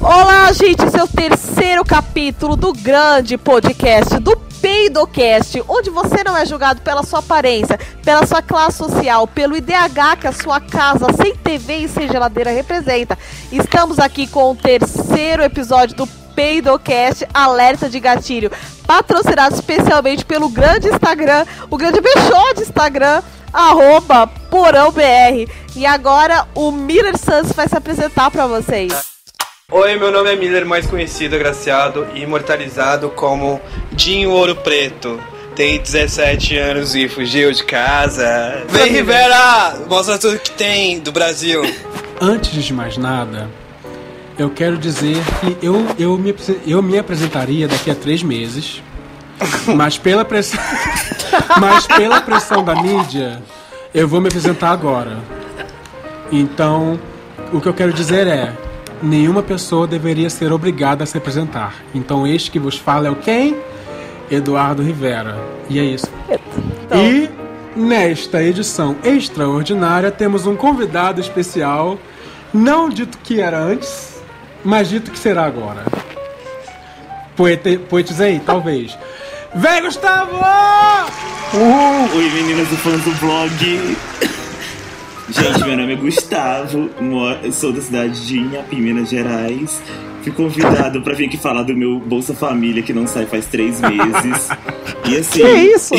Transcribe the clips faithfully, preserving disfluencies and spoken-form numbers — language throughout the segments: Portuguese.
Olá, gente, esse é o terceiro capítulo do grande podcast do PeidoCast, onde você não é julgado pela sua aparência, pela sua classe social, pelo I D H que a sua casa sem T V e sem geladeira representa. Estamos aqui com o terceiro episódio do PeidoCast Alerta de Gatilho, patrocinado especialmente pelo grande Instagram, o grande bichô de Instagram, arroba PorãoBR. E agora o Miller Santos vai se apresentar para vocês. Oi, meu nome é Miller, mais conhecido, agraciado e imortalizado como Dinho Ouro Preto. Tem dezessete anos e fugiu de casa. Vem, Rivera! Mostra tudo que tem do Brasil. Antes de mais nada, eu quero dizer que eu, eu, me, eu me apresentaria daqui a três meses, mas pela pressão, mas pela pressão da mídia, eu vou me apresentar agora. Então, o que eu quero dizer é: nenhuma pessoa deveria ser obrigada a se apresentar. Então este que vos fala é o quem? Eduardo Rivera. E é isso. Então. E nesta edição extraordinária temos um convidado especial, não dito que era antes, mas dito que será agora. Poete, poetizei, talvez. Vem, Gustavo! Uhul. Oi, meninas e fãs do blog. Gente, meu nome é Gustavo, eu sou da cidade de Inhapim, Minas Gerais. Fui convidado pra vir aqui falar do meu Bolsa Família, que não sai faz três meses. E assim... Que é isso?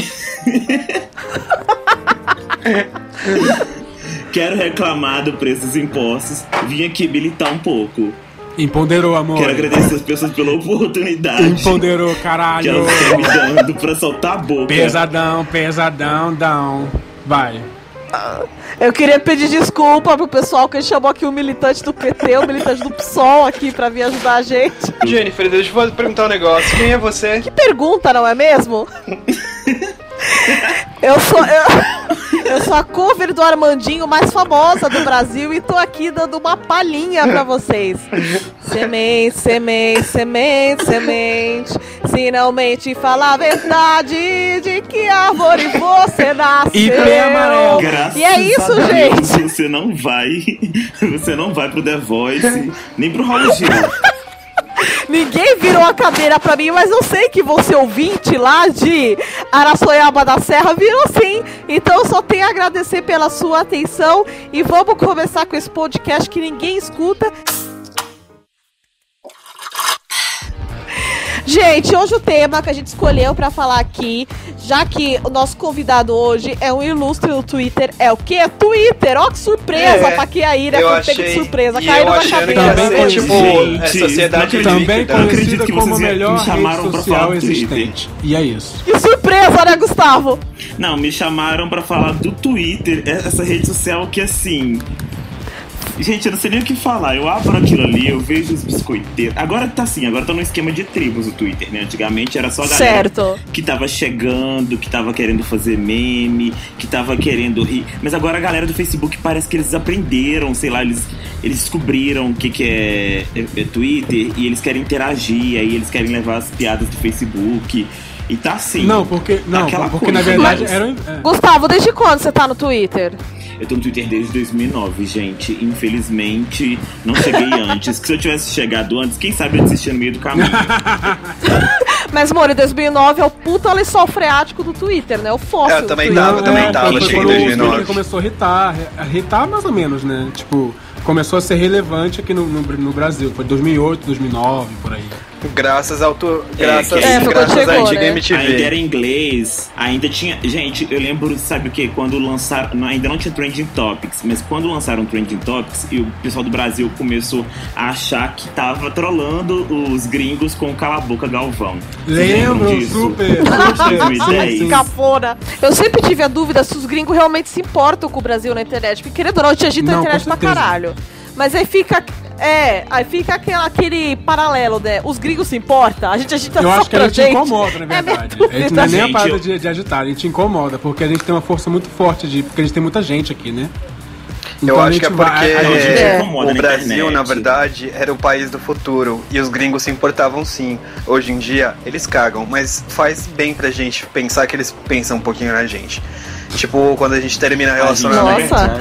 Quero reclamar do preço dos impostos. Vim aqui militar um pouco. Empoderou, amor. Quero agradecer as pessoas pela oportunidade. Empoderou, caralho. Que elas estão me dando pra soltar a boca. Pesadão, pesadão, down. Vai. Eu queria pedir desculpa pro pessoal que chamou aqui o militante do P T, o militante do P SOL aqui pra vir ajudar a gente. Jennifer, deixa eu perguntar um negócio. Quem é você? Que pergunta, não é mesmo? Eu sou, eu, eu sou a cover do Armandinho mais famosa do Brasil e tô aqui dando uma palhinha pra vocês. Semente, semente, semente, semente. Se não mente, fala a verdade de que árvore você nasceu. E pé amarelo. Graças e é isso, a Deus, gente. Você não vai. Você não vai pro The Voice, nem pro Raul Gil. Ninguém virou a cadeira pra mim, mas eu sei que você ouvinte lá de Araçoiaba da Serra virou sim. Então eu só tenho a agradecer pela sua atenção e vamos começar com esse podcast que ninguém escuta. Gente, hoje o tema que a gente escolheu pra falar aqui, já que o nosso convidado hoje é um ilustre no Twitter, é o quê? É Twitter! Ó que surpresa é, pra Kiaíra, eu foi achei, pego de surpresa, e caiu eu na achando cabeça. que ia ser, tipo, Gente, é sociedade Também líquida. conhecida que como a vocês melhor me chamaram rede pra social falar do existente. E é isso. Que surpresa, né, Gustavo? Não, me chamaram pra falar do Twitter, essa rede social que assim... Gente, eu não sei nem o que falar. Eu abro aquilo ali, eu vejo os biscoiteiros. Agora tá assim, agora tá no esquema de tribos o Twitter, né? Antigamente era só a galera certo. que tava chegando, que tava querendo fazer meme, que tava querendo rir. Mas agora a galera do Facebook parece que eles aprenderam, sei lá, eles, eles descobriram o que, que é, é, é Twitter e eles querem interagir, aí eles querem levar as piadas do Facebook. E tá assim. Não, porque, não, aquela porque coisa, na verdade mas... era... É. Gustavo, desde quando você tá no Twitter? Eu tô no Twitter desde dois mil e nove, gente. Infelizmente, não cheguei antes. Que se eu tivesse chegado antes, quem sabe eu desistia no meio do caminho. Mas, amor, em dois mil e nove é o puta lençol freático do Twitter, né? O fóssil. Eu também do tava, Twitter. também é, tava, foi cheguei em quando dois mil e o nove. Twitter começou a irritar, a irritar mais ou menos, né? Tipo, começou a ser relevante aqui no, no, no Brasil. Foi dois mil e oito, dois mil e nove, por aí. Graças ao tu... É, graças, que- é, foi graças quando chegou, à antiga né? M T V. Ainda era inglês, ainda tinha... Gente, eu lembro, sabe o quê? Quando lançaram... não, ainda não tinha Trending Topics, mas quando lançaram Trending Topics, e o pessoal do Brasil começou a achar que tava trolando os gringos com o Cala a Boca Galvão. Vocês lembram Lembro, disso? super. dois mil e dez. Sim, sim. Cafona. Eu sempre tive a dúvida se os gringos realmente se importam com o Brasil na internet. Porque, querendo ou não, tinha gente na Não, internet com pra certeza. caralho. Mas aí fica... É, aí fica aquele, aquele paralelo, né? Os gringos se importam, a gente agita Eu só acho que a pra gente incomoda, na É verdade. minha A gente não é nem a Gente, parada eu- de, de agitar, a gente incomoda, porque a gente tem uma força muito forte de. Porque a gente tem muita gente aqui, né? Eu Então a acho gente que é vai- porque a gente É. incomoda o na Brasil, internet. na verdade, era o país do futuro e os gringos se importavam sim. Hoje em dia, eles cagam, mas faz bem pra gente pensar que eles pensam um pouquinho na gente. Tipo, quando a gente termina A gente, relacionamento. Nossa. na verdade,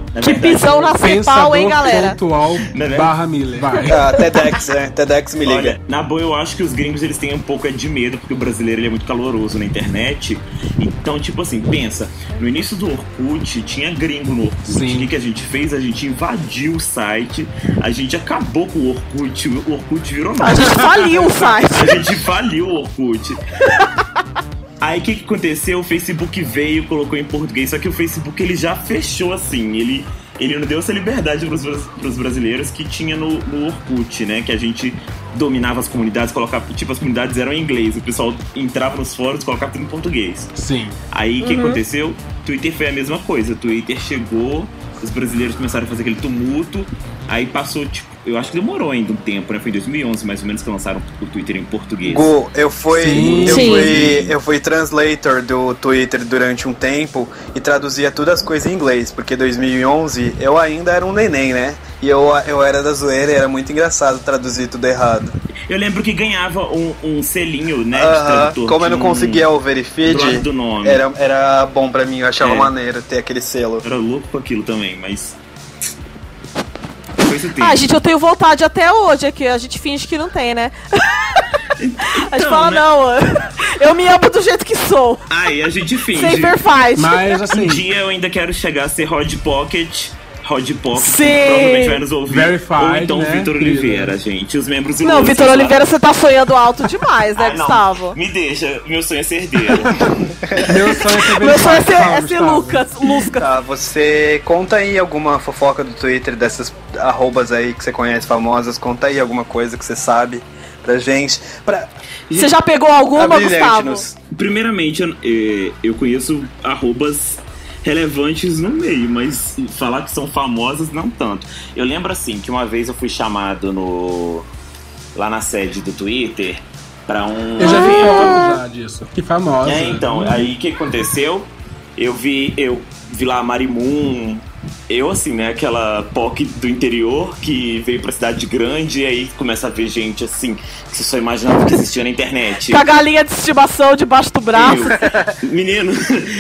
Na Que verdade, pisão na cepal, hein, galera? Pontual Né, né? barra Miller. Vai. Ah, TEDx, né? TEDx me liga. Olha, na boa, eu acho que os gringos eles têm um pouco de medo, porque o brasileiro ele é muito caloroso na internet. Então, tipo assim, pensa, no início do Orkut, tinha gringo no Orkut. Sim. O que, que a gente fez? A gente invadiu o site, a gente acabou com o Orkut, o Orkut virou A nosso. gente faliu o site. A gente faliu o Orkut. Aí o que, que aconteceu? O Facebook veio, colocou em português, só que o Facebook ele já fechou assim, ele, ele não deu essa liberdade pros, pros brasileiros que tinha no, no Orkut, né? Que a gente dominava as comunidades, colocava, tipo, as comunidades eram em inglês, o pessoal entrava nos fóruns e colocava tudo em português. Sim. Aí o que Uhum. aconteceu? Twitter foi a mesma coisa, o Twitter chegou, os brasileiros começaram a fazer aquele tumulto, aí passou, tipo, eu acho que demorou ainda um tempo, né? Foi em dois mil e onze, mais ou menos, que lançaram o Twitter em português. Gu, eu fui, Sim. eu Sim. fui, eu fui translator do Twitter durante um tempo e traduzia todas as coisas em inglês, porque em dois mil e onze eu ainda era um neném, né? E eu, eu era da zoeira e era muito engraçado traduzir tudo errado. Eu lembro que ganhava um, um selinho, né, de Aham, tradutor. como eu não tinha um- conseguia o do lado Verifeed, do nome. era, era bom pra mim, eu achava É. maneiro ter aquele selo. Eu era louco com aquilo também, mas... Foi esse tempo. Ah, gente, eu tenho vontade até hoje aqui. A gente finge que não tem, né? A gente Então, fala, né? não, eu me amo do jeito que sou. Aí a gente finge. Sem fair fight. Mas Um assim, dia eu ainda quero chegar a ser Rod Pocket. Rod Pocket Sim. provavelmente vai nos ouvir. Verified, Ou então né? Vitor Querido. Oliveira, gente. Os membros Não, ilustres Vitor lá. Oliveira, você tá sonhando alto demais, né, Ah, não. Gustavo? Me deixa, meu sonho é ser herdeiro. meu sonho é ser Meu sonho é ser, Fala, é ser Gustavo. Lucas. Lucas. Tá, você conta aí alguma fofoca do Twitter dessas arrobas aí que você conhece famosas, conta aí alguma coisa que você sabe pra gente. Pra... Você já pegou alguma, Gustavo? Abrilhante-nos. Primeiramente, eu, eh, eu conheço arrobas relevantes no meio, mas falar que são famosas, não tanto. Eu lembro assim que uma vez eu fui chamado no lá na sede do Twitter pra um Eu já vi evento. foto já disso. Que famosa. É, então, aí o que aconteceu? Eu vi, eu vi lá a Marimun, eu assim, né, aquela P O C do interior que veio pra cidade grande e aí começa a ver gente assim, que você só imaginava que existia na internet. Com a galinha de estimação debaixo do braço. Eu, menino.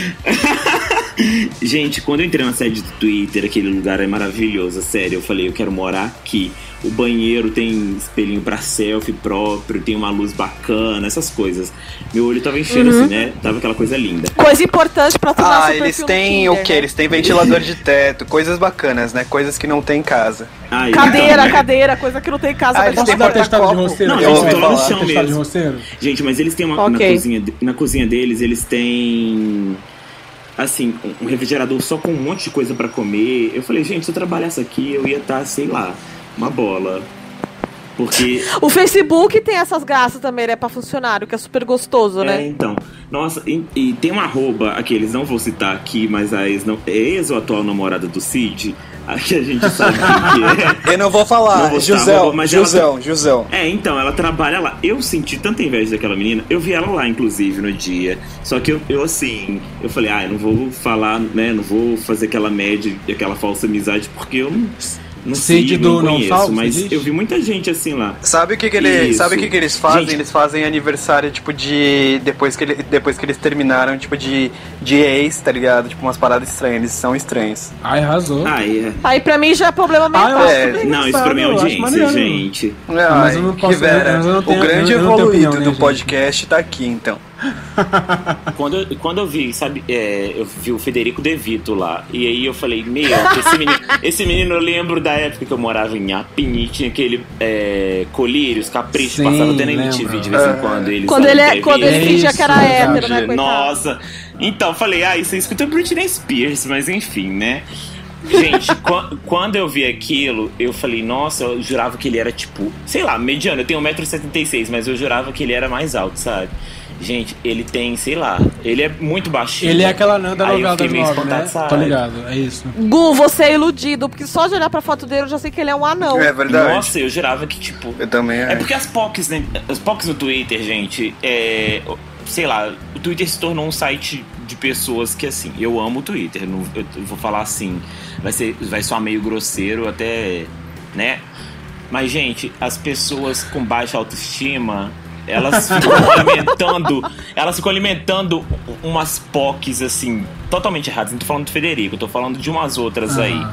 Gente, quando eu entrei na sede do Twitter, aquele lugar é maravilhoso, sério. Eu falei, eu quero morar aqui. O banheiro tem espelhinho pra selfie próprio, tem uma luz bacana, essas coisas. Meu olho tava enchendo Uhum. assim, né? Tava aquela coisa linda. Coisa importante pra tornar Ah, seu eles perfil no têm Tinder, o quê? né? Eles têm ventilador de teto, coisas bacanas, né? Coisas que não tem em casa. Ai, Cadeira, então, né? cadeira, coisa que não tem em casa. Ah, mas eles tá têm Posso dar certo. testado de copo. roceiro? Não, Eu gente, ouvi eu tô lá no falar. chão Testado de mesmo. roceiro? Gente, mas eles têm uma. Ok. Na, cozinha, de- na cozinha deles, eles têm. Assim, um refrigerador só com um monte de coisa pra comer. Eu falei, gente, se eu trabalhasse aqui, eu ia estar, sei lá, uma bola. Porque. O Facebook tem essas graças também, né, pra funcionário, que é super gostoso, É, né? então. Nossa, e, e tem uma arroba, aqui, eles não vou citar aqui, mas a ex, não, é ex ou atual namorada do Cid, aqui a gente sabe que é. Eu não vou falar, Não vou citar a Jusão, arroba, mas ela- Jusão, Jusão. É, então, ela trabalha lá. Eu senti tanta inveja daquela menina. Eu vi ela lá, inclusive, no dia. Só que eu, eu assim, eu falei, ah, eu não vou falar, né? Não vou fazer aquela média, aquela falsa amizade, porque eu não, não Cid sigo, do não Não conheço. Salvo, mas você diz? eu vi muita gente assim lá. Sabe o que, que, ele, Isso. sabe o que, que eles fazem? Gente. Eles fazem aniversário, tipo, de. Depois que, ele, depois que eles terminaram, tipo, de, de ex, tá ligado? Tipo, umas paradas estranhas. Eles são estranhos. Ai, arrasou. Ah, é. Aí pra mim já é problema mental. Ah, eu acho É, super Não, isso pra mim é engraçado, eu acho audiência, maneiro. gente. mas eu não que posso- vera. mas eu não tenho- o grande eu não tenho evoluído opinião, né, do gente? podcast tá aqui, então. Quando eu, quando eu vi, sabe, é, eu vi o Federico De Vito lá. E aí eu falei, meu, esse menino, esse menino eu lembro da época que eu morava em Apini, tinha aquele é, Colírios, Capricho, Sim, passava até na M T V lembro. de vez em É. quando. Eles Quando davam ele, é, entrevista. quando ele fingia que era Isso, hétero, né, verdade. coitado? Nossa, então, falei, ah, isso aí escuta Britney Spears, mas enfim, né? Gente, qu- quando eu vi aquilo, eu falei, nossa, eu jurava que ele era tipo, sei lá, mediano. Eu tenho um metro e setenta e seis, mas eu jurava que ele era mais alto, sabe? Gente, ele tem, sei lá, ele é muito baixinho. Ele é aquela Nanda Aí eu novela fiquei das meio nove, né? espantado, sabe? Tô ligado, é isso. Gu, você é iludido, porque só de olhar pra foto dele eu já sei que ele é um anão. É verdade. Nossa, eu jurava que, tipo... Eu também É é. porque as P O Cs, né? As P O Cs no Twitter, gente, é... sei lá, o Twitter se tornou um site de pessoas que, assim, eu amo o Twitter. Não, eu vou falar assim, vai, ser, vai soar meio grosseiro até, né? Mas, gente, as pessoas com baixa autoestima, elas ficam alimentando, elas ficam alimentando umas P O Cs, assim, totalmente erradas. Não tô falando do Federico, tô falando de umas outras ah. aí.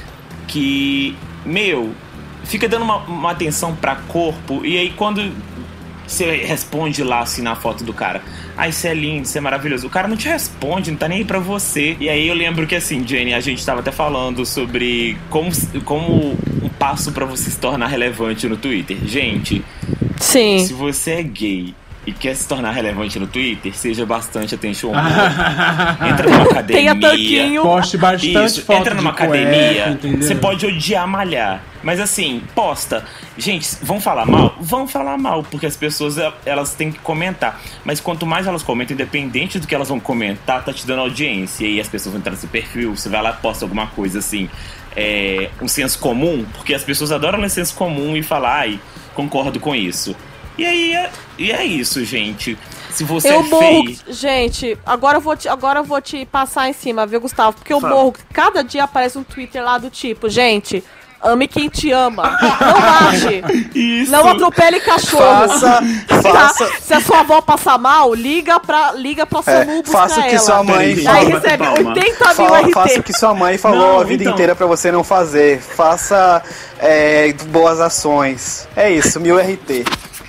Que, meu, fica dando uma, uma atenção pra corpo, e aí quando você responde lá, assim, na foto do cara, ai, isso é lindo, isso é maravilhoso, o cara não te responde, não tá nem aí pra você. E aí eu lembro que, assim, Jenny, a gente tava até falando sobre como, como um passo pra você se tornar relevante no Twitter. Gente, sim, se você é gay e quer se tornar relevante no Twitter, seja bastante attention. Entra numa academia. Tenha tanquinho. Poste bastante Isso, foto entra numa de academia. Cueca, você pode odiar malhar. Mas assim, posta. Gente, vão falar mal? Vão falar mal, porque as pessoas, elas têm que comentar. Mas quanto mais elas comentam, independente do que elas vão comentar, tá te dando audiência. E aí as pessoas vão entrar no seu perfil, você vai lá e posta alguma coisa assim, é, um senso comum, porque as pessoas adoram ler senso comum e falar, ai, concordo com isso. E aí, é, e é isso, gente. Se você eu é morro, feio... Gente, agora eu, vou te, agora eu vou te passar em cima, viu, Gustavo? Porque eu Fala. morro, cada dia aparece um Twitter lá do tipo, gente, ame quem te ama. Não mate. Isso. Não atropele cachorro. Faça, faça. Se a sua avó passar mal, liga pra, liga pra SAMU É, buscar faça o que ela. sua mãe Aí fala. recebe Palma. oitenta mil Fala, R T. faça o que sua mãe falou Não, a vida então. inteira pra você não fazer. Faça é, boas ações. É isso, mil R T.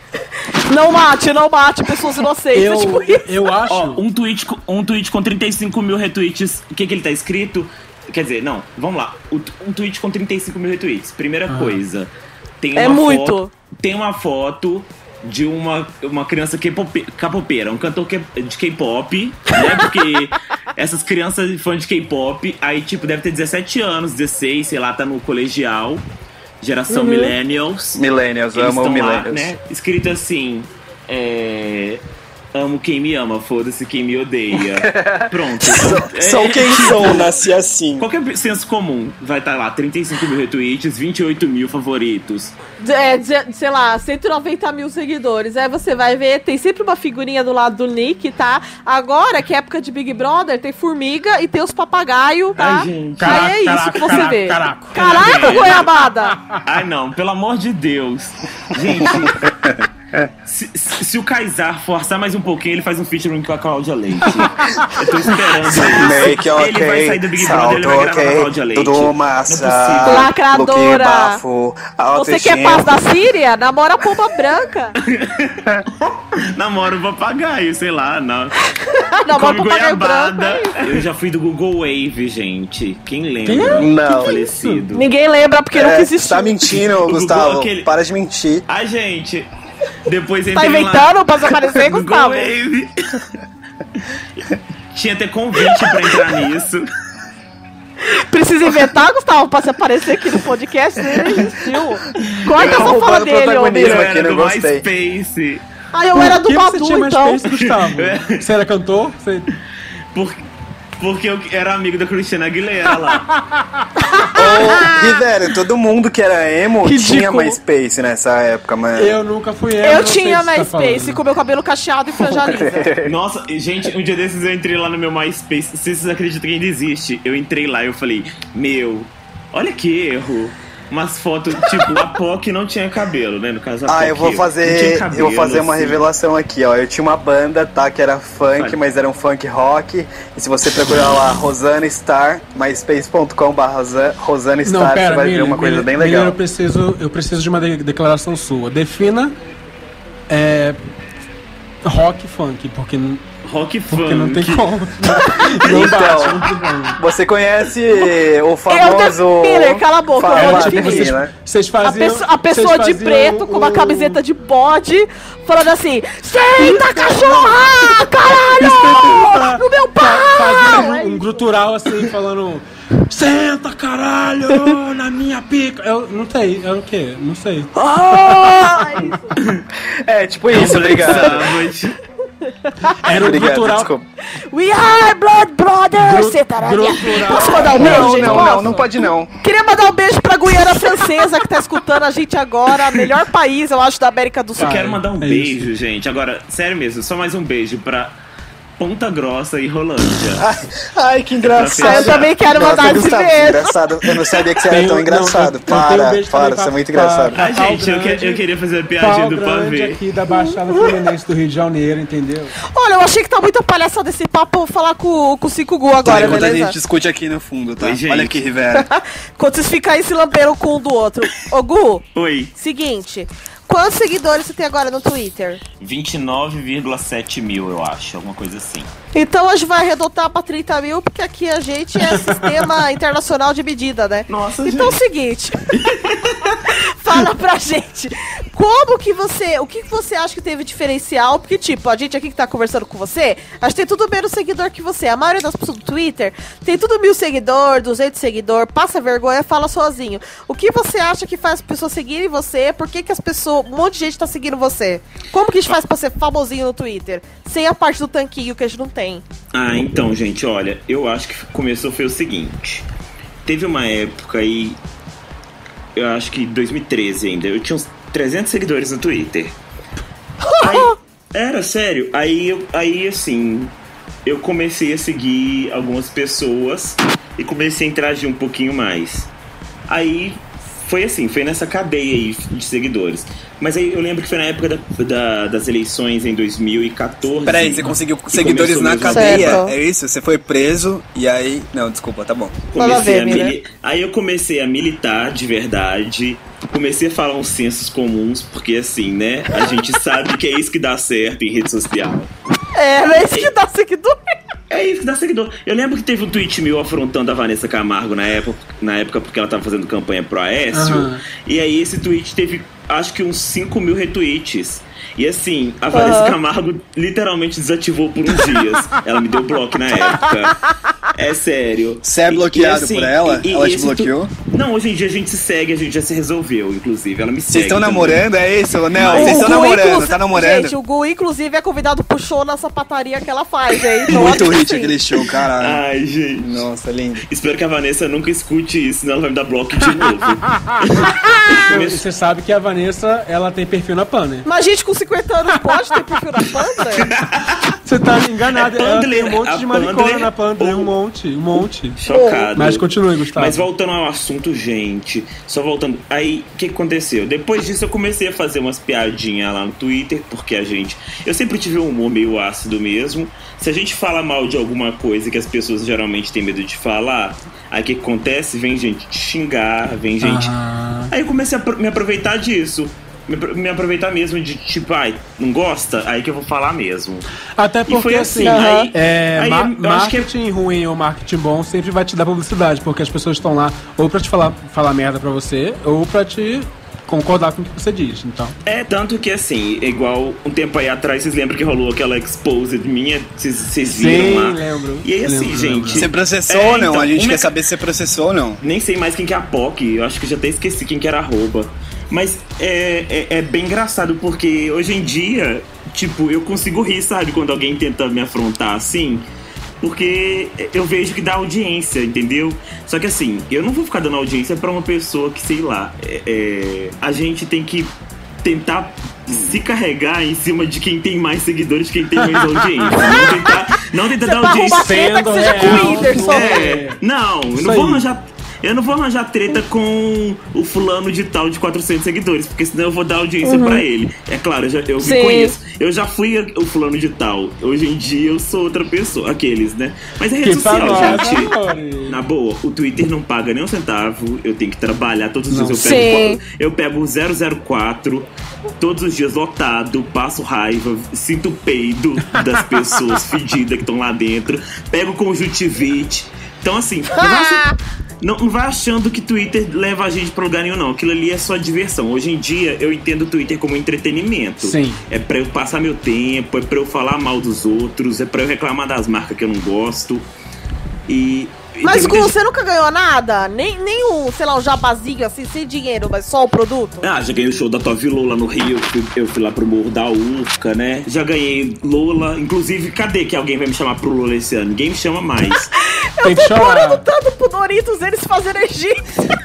Não mate, não mate pessoas inocentes. Eu, é tipo isso. eu acho. Ó, um tweet, com- um tweet com trinta e cinco mil retweets. O que que ele tá escrito? Quer dizer, não, vamos lá. O- Um tweet com trinta e cinco mil retweets. Primeira coisa. Tem uma É muito. Foto, tem uma foto de uma, uma criança K-pop, capopeira, um cantor K- de K-pop, né? Porque essas crianças fãs de K-pop, aí, tipo, deve ter dezessete anos, dezesseis, sei lá, tá no colegial. Geração Uhum. Millennials. Millennials, Eles amo estão Millennials. lá, né? Escrito assim, é... amo quem me ama, foda-se quem me odeia. Pronto. É, Sou quem sou, nasci assim. Qualquer senso comum vai estar lá, trinta e cinco mil retweets, vinte e oito mil favoritos. É, de- sei lá, cento e noventa mil seguidores. Aí você vai ver, tem sempre uma figurinha do lado do nick, tá? Agora, que é época de Big Brother, tem formiga e tem os papagaios, tá? Ai, gente. Aí é isso Caraca, que você caraca, vê. caraca. Caraca, goiabada! Ai não, pelo amor de Deus. Gente, se, se, se o Kaysar forçar mais um pouquinho, ele faz um featuring com a Cláudia Leite. Eu tô esperando isso. Make ok, Ele vai sair do Big Brother, ele salto vai gravar com a ok, Cláudia Leite. tudo Não é massa, possível. Lacradora. look bafo, Você quer autoestima. paz da Síria? Namora a pomba branca. Namoro papagaio, sei lá, não. Namora Come o papagaio branco. goiabada. é isso. Eu já fui do Google Wave, gente. Quem lembra? Quem? Não. Falecido. Ninguém lembra porque nunca É, existiu. tá mentindo, Google, Gustavo. aquele- Para de mentir. Ai, gente. Depois Tá entrei lá. inventando pra desaparecer, Google Gustavo? Wave. Tinha até convite pra entrar nisso. Precisa inventar, Gustavo, pra se aparecer aqui no podcast? Ele não existiu. Corta essa fala roubando dele, ô protagonismo. Mira. Eu aqui, era não do gostei. MySpace. Ah, eu era Por do que você Badu, tinha mais então. Space, Gustavo? Você era cantor? Você... Por, porque eu era amigo da Cristina Aguilera lá. Ô, Rivera, todo mundo que era emo Ridículo. tinha MySpace nessa época, mano. Eu nunca fui emo, Eu não sei tinha o que você tá MySpace falando. com meu cabelo cacheado e franja lisa. Nossa, gente, um dia desses eu entrei lá no meu MySpace. Se vocês acreditam que ainda existe, eu entrei lá e eu falei, meu, olha que erro. Umas fotos, tipo, a P O C não tinha cabelo, né? No caso, a Ah, P O C eu vou não fazer, tinha cabelo, eu vou fazer uma assim. revelação aqui, ó. Eu tinha uma banda, tá, que era funk, Olha. mas era um funk rock. E se você procurar lá Rosana Star, myspace ponto com barra Rosana Star, Não, você pera, vai Miller, ver uma coisa Miller, bem Miller, legal. eu preciso, eu preciso de uma de- declaração sua. Defina é, rock e funk, porque, n- Rock porque funk. não tem como. Não Então, bate, não tem como. Você conhece o Eu famoso... tenho... Miller, cala a boca, eu Fala, vou É, tipo, definir. vocês, né? vocês A, faziam, pesso- a pessoa vocês de faziam preto com uma o- camiseta de bode falando assim: Senta, cachorra! Caralho! No meu Fazia pau! um, um grutural assim, falando senta, caralho, na minha pica. Eu não sei, é o quê? Não sei. Ai, É, tipo isso, obrigado. Savage. Era um Obrigado, grutural. desculpa. We are blood brothers! Gru- Senta na minha- grutural. Posso mandar um beijo, Não, gente? não, Posso? não, não pode não. Queria mandar um beijo pra Guiana Francesa, que tá escutando a gente agora. Melhor país, eu acho, da América do Sul. Eu quero mandar um é beijo, gente. Agora, sério mesmo, só mais um beijo pra Ponta Grossa e Rolândia. Ai, ai, que engraçado. Eu também quero mandar esse Gustavo, beijo. Engraçado. Eu não sabia que você era Tem tão um- engraçado. não, eu- eu tenho para, um beijo para, também você é pra- muito pra- engraçado. pra- Ah, gente, eu, grande, que- eu queria fazer a piadinha Pau do grande pavê. aqui da Baixada Fluminense do Rio de Janeiro, entendeu? Olha, eu achei que tá muito palhaçada esse papo. Vou falar com, com o Cinco Gu Tá, agora, enquanto a beleza? gente discute aqui no fundo, tá? Oi, gente. Olha aqui, Rivera. Quando vocês ficam aí se lamberam com um do outro. Ô, Gu, Oi. seguinte. Quantos seguidores você tem agora no Twitter? vinte e nove vírgula sete mil, eu acho. Alguma coisa assim. Então hoje vai arredondar pra trinta mil, porque aqui a gente é sistema internacional de medida, né? Nossa, Então é o seguinte. Fala pra gente. Como que você... O que que você acha que teve diferencial? Porque, tipo, a gente aqui que tá conversando com você, a gente tem tudo menos seguidor que você. A maioria das pessoas do Twitter tem tudo mil seguidor, duzentos seguidor, passa vergonha, fala sozinho. O que você acha que faz as pessoas seguirem você? Por que que as pessoas... Um monte de gente tá seguindo você? Como que a gente faz pra ser famosinho no Twitter? Sem a parte do tanquinho que a gente não tem. Ah, então, gente, olha, eu acho que começou foi o seguinte. Teve uma época aí, eu acho que dois mil e treze ainda, eu tinha uns trezentos seguidores no Twitter. Aí, era sério, aí, eu, aí assim, eu comecei a seguir algumas pessoas e comecei a interagir um pouquinho mais. Aí foi assim, foi nessa cadeia aí de seguidores. Mas aí eu lembro que foi na época da, da- das eleições em dois mil e quatorze. Peraí, você conseguiu que seguidores começou na mesmo. cadeia? Certo. É isso? Você foi preso e aí... Não, desculpa, tá bom. Manda Comecei ver, a Mira. mili... Aí eu comecei a militar de verdade. Comecei a falar uns sensos comuns, porque assim, né? A gente sabe que é isso que dá certo em rede social. É, não é isso que dá seguidor. É isso que dá seguidor. Eu lembro que teve um tweet meu afrontando a Vanessa Camargo na época, na época porque ela tava fazendo campanha pro Aécio. Aham. E aí esse tweet teve, acho que uns cinco mil retweets. E assim, a Vanessa Aham. Camargo literalmente desativou por uns dias. Ela me deu bloco na época. É sério. Você é E- bloqueado e, assim, por ela? e- e Ela te esse tu- bloqueou? Não, hoje em dia a gente se segue, a gente já se resolveu, inclusive. Ela me segue. Vocês estão também. namorando, é isso? Não, Mas- vocês O estão Gu, namorando, inclusive- tá namorando? Gente, o Gu, inclusive, é convidado pro show na sapataria que ela faz, hein? Então, Muito olha hit assim. aquele show, caralho. Ai, gente. Nossa, lindo. Espero que a Vanessa nunca escute isso, senão ela vai me dar bloco de novo. E Você sabe que a Vanessa, ela tem perfil na Pan, né? Mas gente com cinquenta anos pode ter perfil na Panda? Você tá enganado. É ela tem Pandler, um monte a de maricona Pandler- na Pandler, um ou- monte, um monte. Chocado. Mas continue, Gustavo. Mas voltando ao assunto, gente, só voltando. Aí, o que aconteceu? Depois disso, eu comecei a fazer umas piadinhas lá no Twitter, porque a gente. Eu sempre tive um humor meio ácido mesmo. Se a gente fala mal de alguma coisa que as pessoas geralmente têm medo de falar, aí o que acontece? Vem gente te xingar, vem gente. Ah. Aí eu comecei a pro- me aproveitar disso. Me, apro- me aproveitar mesmo de tipo, ai, não gosta? Aí que eu vou falar mesmo. Até porque, foi assim, assim, aí- é, aí ma- eu acho que é- marketing ruim ou marketing bom sempre vai te dar publicidade, porque as pessoas estão lá ou pra te falar, falar merda pra você, ou pra te concordar com o que você diz, então. É, tanto que assim, igual um tempo aí atrás, vocês lembram que rolou aquela exposed minha? Vocês- Vocês viram Sim, lá? lembro. E aí assim, Lembro, gente... lembro. Você processou É, ou não? então, A gente uma- quer saber se você processou ou não. Nem sei mais quem que é a P O C, eu acho que já até esqueci quem que era arroba. Mas é, é, é bem engraçado, porque hoje em dia, tipo, eu consigo rir, sabe? Quando alguém tenta me afrontar assim... Porque eu vejo que dá audiência, entendeu? Só que assim, eu não vou ficar dando audiência pra uma pessoa que, sei lá, é, é, a gente tem que tentar se carregar em cima de quem tem mais seguidores, quem tem mais audiência. Não tentar, não tentar dar Pra audiência. arrumar treta que seja com real, o Whindersson. É, não, eu Isso não vou aí. arranjar. Eu não vou arranjar treta com o fulano de tal de quatrocentos seguidores, porque senão eu vou dar audiência pra ele. É claro, eu, já, eu me Sim. conheço. Eu já fui o fulano de tal. Hoje em dia eu sou outra pessoa. Aqueles, né? Mas é rede Que social, famosa, gente. amore. Na boa, o Twitter não paga nem um centavo. Eu tenho que trabalhar todos os Não. dias. Eu Sim. pego, eu pego o zero zero quatro todos os dias lotado, passo raiva, sinto o peido das pessoas fedidas que estão lá dentro, pego conjuntivite. Então, assim, não vai, ach- não, não vai achando que Twitter leva a gente pra lugar nenhum, não. Aquilo ali é só diversão. Hoje em dia, eu entendo o Twitter como entretenimento. Sim. É pra eu passar meu tempo, é pra eu falar mal dos outros, é pra eu reclamar das marcas que eu não gosto. E. e Mas, tem Gu, muita você nunca ganhou nada? Nem, nem um, sei lá, um jabazinho assim, sem dinheiro, mas só o produto? Ah, já ganhei o show da Tove Lola no Rio, eu fui, eu fui lá pro Morro da Urca, né? Já ganhei Lola, inclusive, cadê que alguém vai me chamar pro Lola esse ano? Ninguém me chama mais. Tem que Tô orando chorar. tanto pro Doritos eles fazerem egípcio.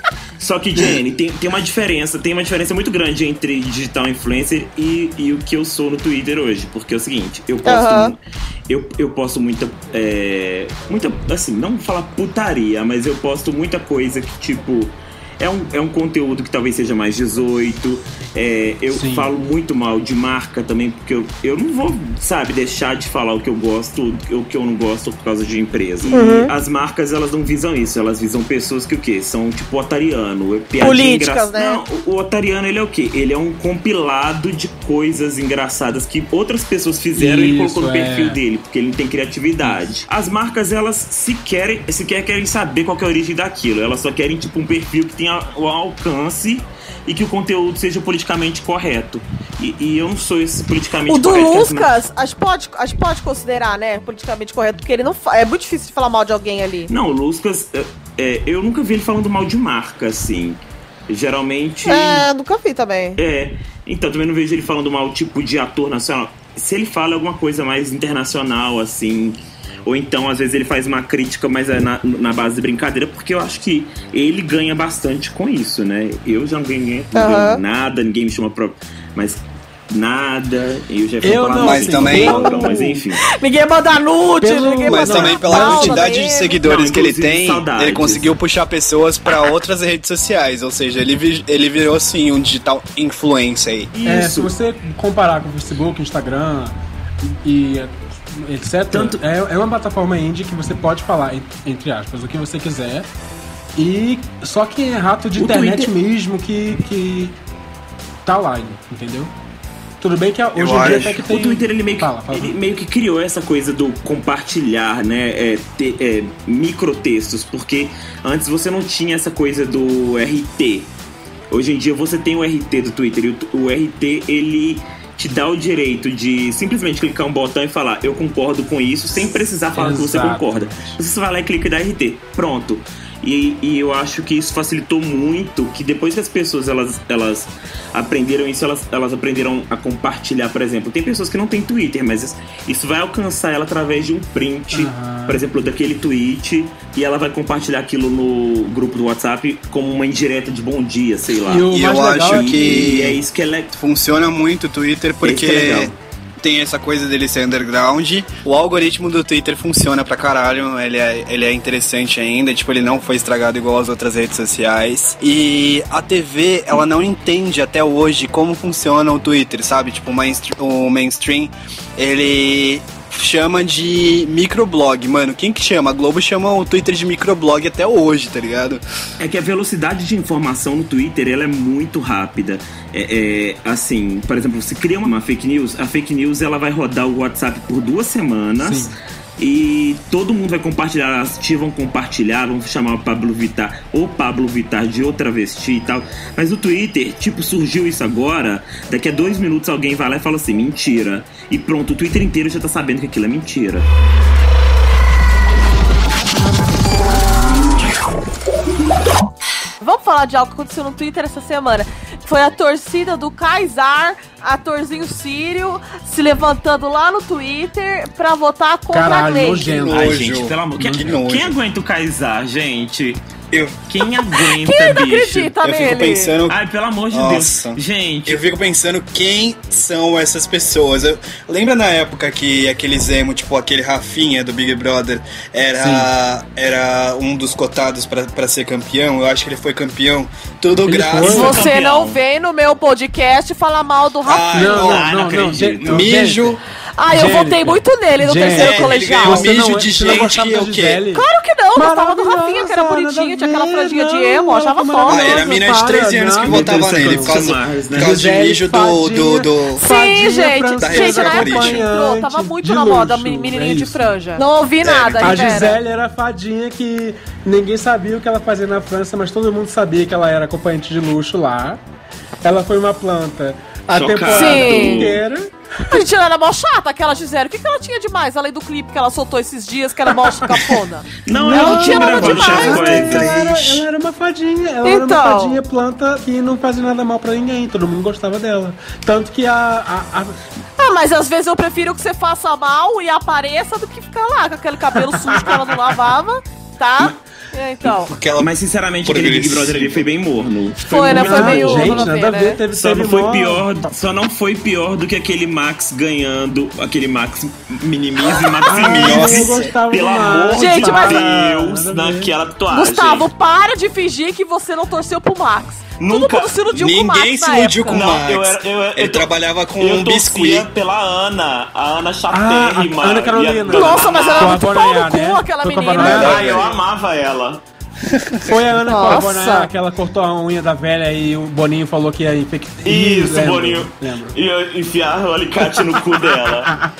Só que, Jenny, tem, tem uma diferença, tem uma diferença muito grande entre digital influencer e, e o que eu sou no Twitter hoje. Porque é o seguinte, eu posto, uhum. eu, eu posto muita, é, muita, assim, não vou falar putaria, mas eu posto muita coisa que, tipo, é um, é um conteúdo que talvez seja mais dezoito. É, eu Sim. falo muito mal de marca também, porque eu, eu não vou, sabe, deixar de falar o que eu gosto, o que eu não gosto por causa de empresa. Uhum. E as marcas, elas não visam isso, elas visam pessoas que o quê? São tipo otariano, políticas, engra... né? Não, o, o otariano, ele é o quê? Ele é um compilado de coisas engraçadas que outras pessoas fizeram isso, e colocou no é. perfil dele, porque ele não tem criatividade. As marcas, elas sequer, sequer querem saber qual que é a origem daquilo, elas só querem tipo um perfil que tenha o alcance e que o conteúdo seja politicamente correto. E, e eu não sou esse politicamente o correto. O do Lucas, a gente pode, a gente pode considerar, né, politicamente correto, porque ele não fa... é muito difícil de falar mal de alguém ali. Não, o Lucas, é, é, eu nunca vi ele falando mal de marca, assim. Geralmente... É, nunca vi também. É, então também não vejo ele falando mal, tipo, de ator nacional. Se ele fala alguma coisa mais internacional, assim... Ou então, às vezes, ele faz uma crítica, mas é na, na base de brincadeira, porque eu acho que ele ganha bastante com isso, né? Eu já não ganhei uhum. nada, ninguém me chama pra... Mas nada, eu já eu não, mas também... Não, mas enfim. Ninguém manda nude, Pelo... ninguém mas manda também pela mal, quantidade também. de seguidores não, que ele tem, saudades. Ele conseguiu puxar pessoas pra outras redes sociais, ou seja, ele, vi, ele virou, assim, um digital influencer aí. É, se você comparar com o Facebook, Instagram e... etc. Tanto... É, é uma plataforma indie que você pode falar, entre aspas, o que você quiser. E só quem é rato de o internet Twitter... mesmo que, que tá lá, entendeu? Tudo bem que hoje em dia até que tem... O Twitter, ele meio que, fala, fala. ele meio que criou essa coisa do compartilhar, né? É, te, é, microtextos, porque antes você não tinha essa coisa do R T. Hoje em dia você tem o R T do Twitter, e o, o R T, ele... te dá o direito de simplesmente clicar um botão e falar eu concordo com isso, sem precisar falar Exato. que você concorda. Você vai lá e clica e dá R T. Pronto. E, e eu acho que isso facilitou muito, que depois que as pessoas elas, elas aprenderam isso, elas, elas aprenderam a compartilhar, por exemplo. Tem pessoas que não têm Twitter, mas isso vai alcançar ela através de um print, uhum. por exemplo, daquele tweet, e ela vai compartilhar aquilo no grupo do WhatsApp como uma indireta de bom dia, sei lá. E, e eu acho é que é isso que é funciona muito o Twitter, porque... É tem essa coisa dele ser underground. O algoritmo do Twitter funciona pra caralho. Ele é, ele é interessante ainda. Tipo, ele não foi estragado igual as outras redes sociais. E a T V, ela não entende até hoje como funciona o Twitter, sabe? Tipo, o mainstream, o mainstream ele... chama de microblog, mano. Quem que chama? A Globo chama o Twitter de microblog até hoje, tá ligado? É que a velocidade de informação no Twitter, ela é muito rápida. É, é assim, por exemplo, você cria uma fake news, a fake news ela vai rodar o WhatsApp por duas semanas. Sim. E todo mundo vai compartilhar, as tia vão compartilhar, vão chamar o Pablo Vittar ou Pablo Vittar de outra travesti e tal. Mas o Twitter, tipo, surgiu isso agora, daqui a dois minutos alguém vai lá e fala assim, mentira. E pronto, o Twitter inteiro já tá sabendo que aquilo é mentira. Vamos falar de algo que aconteceu no Twitter essa semana. Foi a torcida do Kaysar, atorzinho sírio, se levantando lá no Twitter pra votar contra Caralho, a Gleice. nojento. Ai, gente, pelo amor... Quem, quem aguenta o Kaysar, gente? Eu. Quem aguenta, quem não bicho? acredita eu nele? fico pensando... Ai, pelo amor de Nossa. Deus. Gente... Eu fico pensando quem são essas pessoas. Eu... Lembra na época que aquele Zemo, tipo aquele Rafinha do Big Brother, era, era um dos cotados pra, pra ser campeão? Eu acho que ele foi campeão. Tudo ele graças... Você não vem no meu podcast falar mal do Rafinha. Não, não, ah, não, não, não, não. Mijo... Ah, eu Jérica. votei muito nele no Jérica. terceiro É, colegial. ele Você mijo não, de você não gente gostava que da o quê? Gisele? Claro que não, eu gostava do Rafinha, que era Maravilhosa, bonitinho, tinha aquela nada franjinha de a ver, emo, achava não, foda. Ah, era a mina de treze anos que Não, votava não, nele, não, por causa, não, por causa de mijo do... do, do... Sim, gente, da gente, na época Revolution. entrou, tava muito De na moda, luxo, menininha é de isso. franja. Não ouvi nada, A Rivera. Gisele era a fadinha que ninguém sabia o que ela fazia na França, mas todo mundo sabia que ela era acompanhante de luxo lá. Ela foi uma planta a Chocado. temporada Sim. inteira. A gente era mó chata, aquela Gisele. O que, que ela tinha demais, além do clipe que ela soltou esses dias, que era mó cafona? Não, Não, ela não tinha nada gravado demais. Chef Ela era, Boy. ela era uma fadinha, ela Então. era uma fadinha planta que não fazia nada mal pra ninguém, todo mundo gostava dela. Tanto que a... a, a... Ah, mas às vezes eu prefiro que você faça mal e apareça do que ficar lá com aquele cabelo sujo que ela não lavava, tá? Então. Aquela Mas sinceramente, aquele Big Brother ali foi bem morno. Foi, né? Foi Ah, meio. gente, nada nada a ver, né? teve Só teve não foi mó- pior, só não foi pior do que aquele Max ganhando, aquele Max minimize e maximize. Nossa, eu gostava Pelo do amor Max. Gente, de mas- Deus, Nada a ver. naquela tatuagem. Gustavo, para de fingir que você não torceu pro Max. Nunca- Todo mundo se iludiu com o Max. Ninguém se na iludiu época. com o Não, Max. eu era- eu era- Ele eu tô- trabalhava com Eu um torcia biscuit. pela Ana, a Ana Ah, Chatérrima. a Ana Carolina. e a Dona Nossa, mas ela Com era a muito pau Bonaia, no cu, né? aquela Foi com a menina. Bonaia. Ah, eu amava ela. Foi a Ana Nossa. Bonaia, que ela cortou a unha da velha e o Boninho falou que ia infectar. Isso, Lembro, Boninho. lembro. E eu enfiar o alicate no cu dela.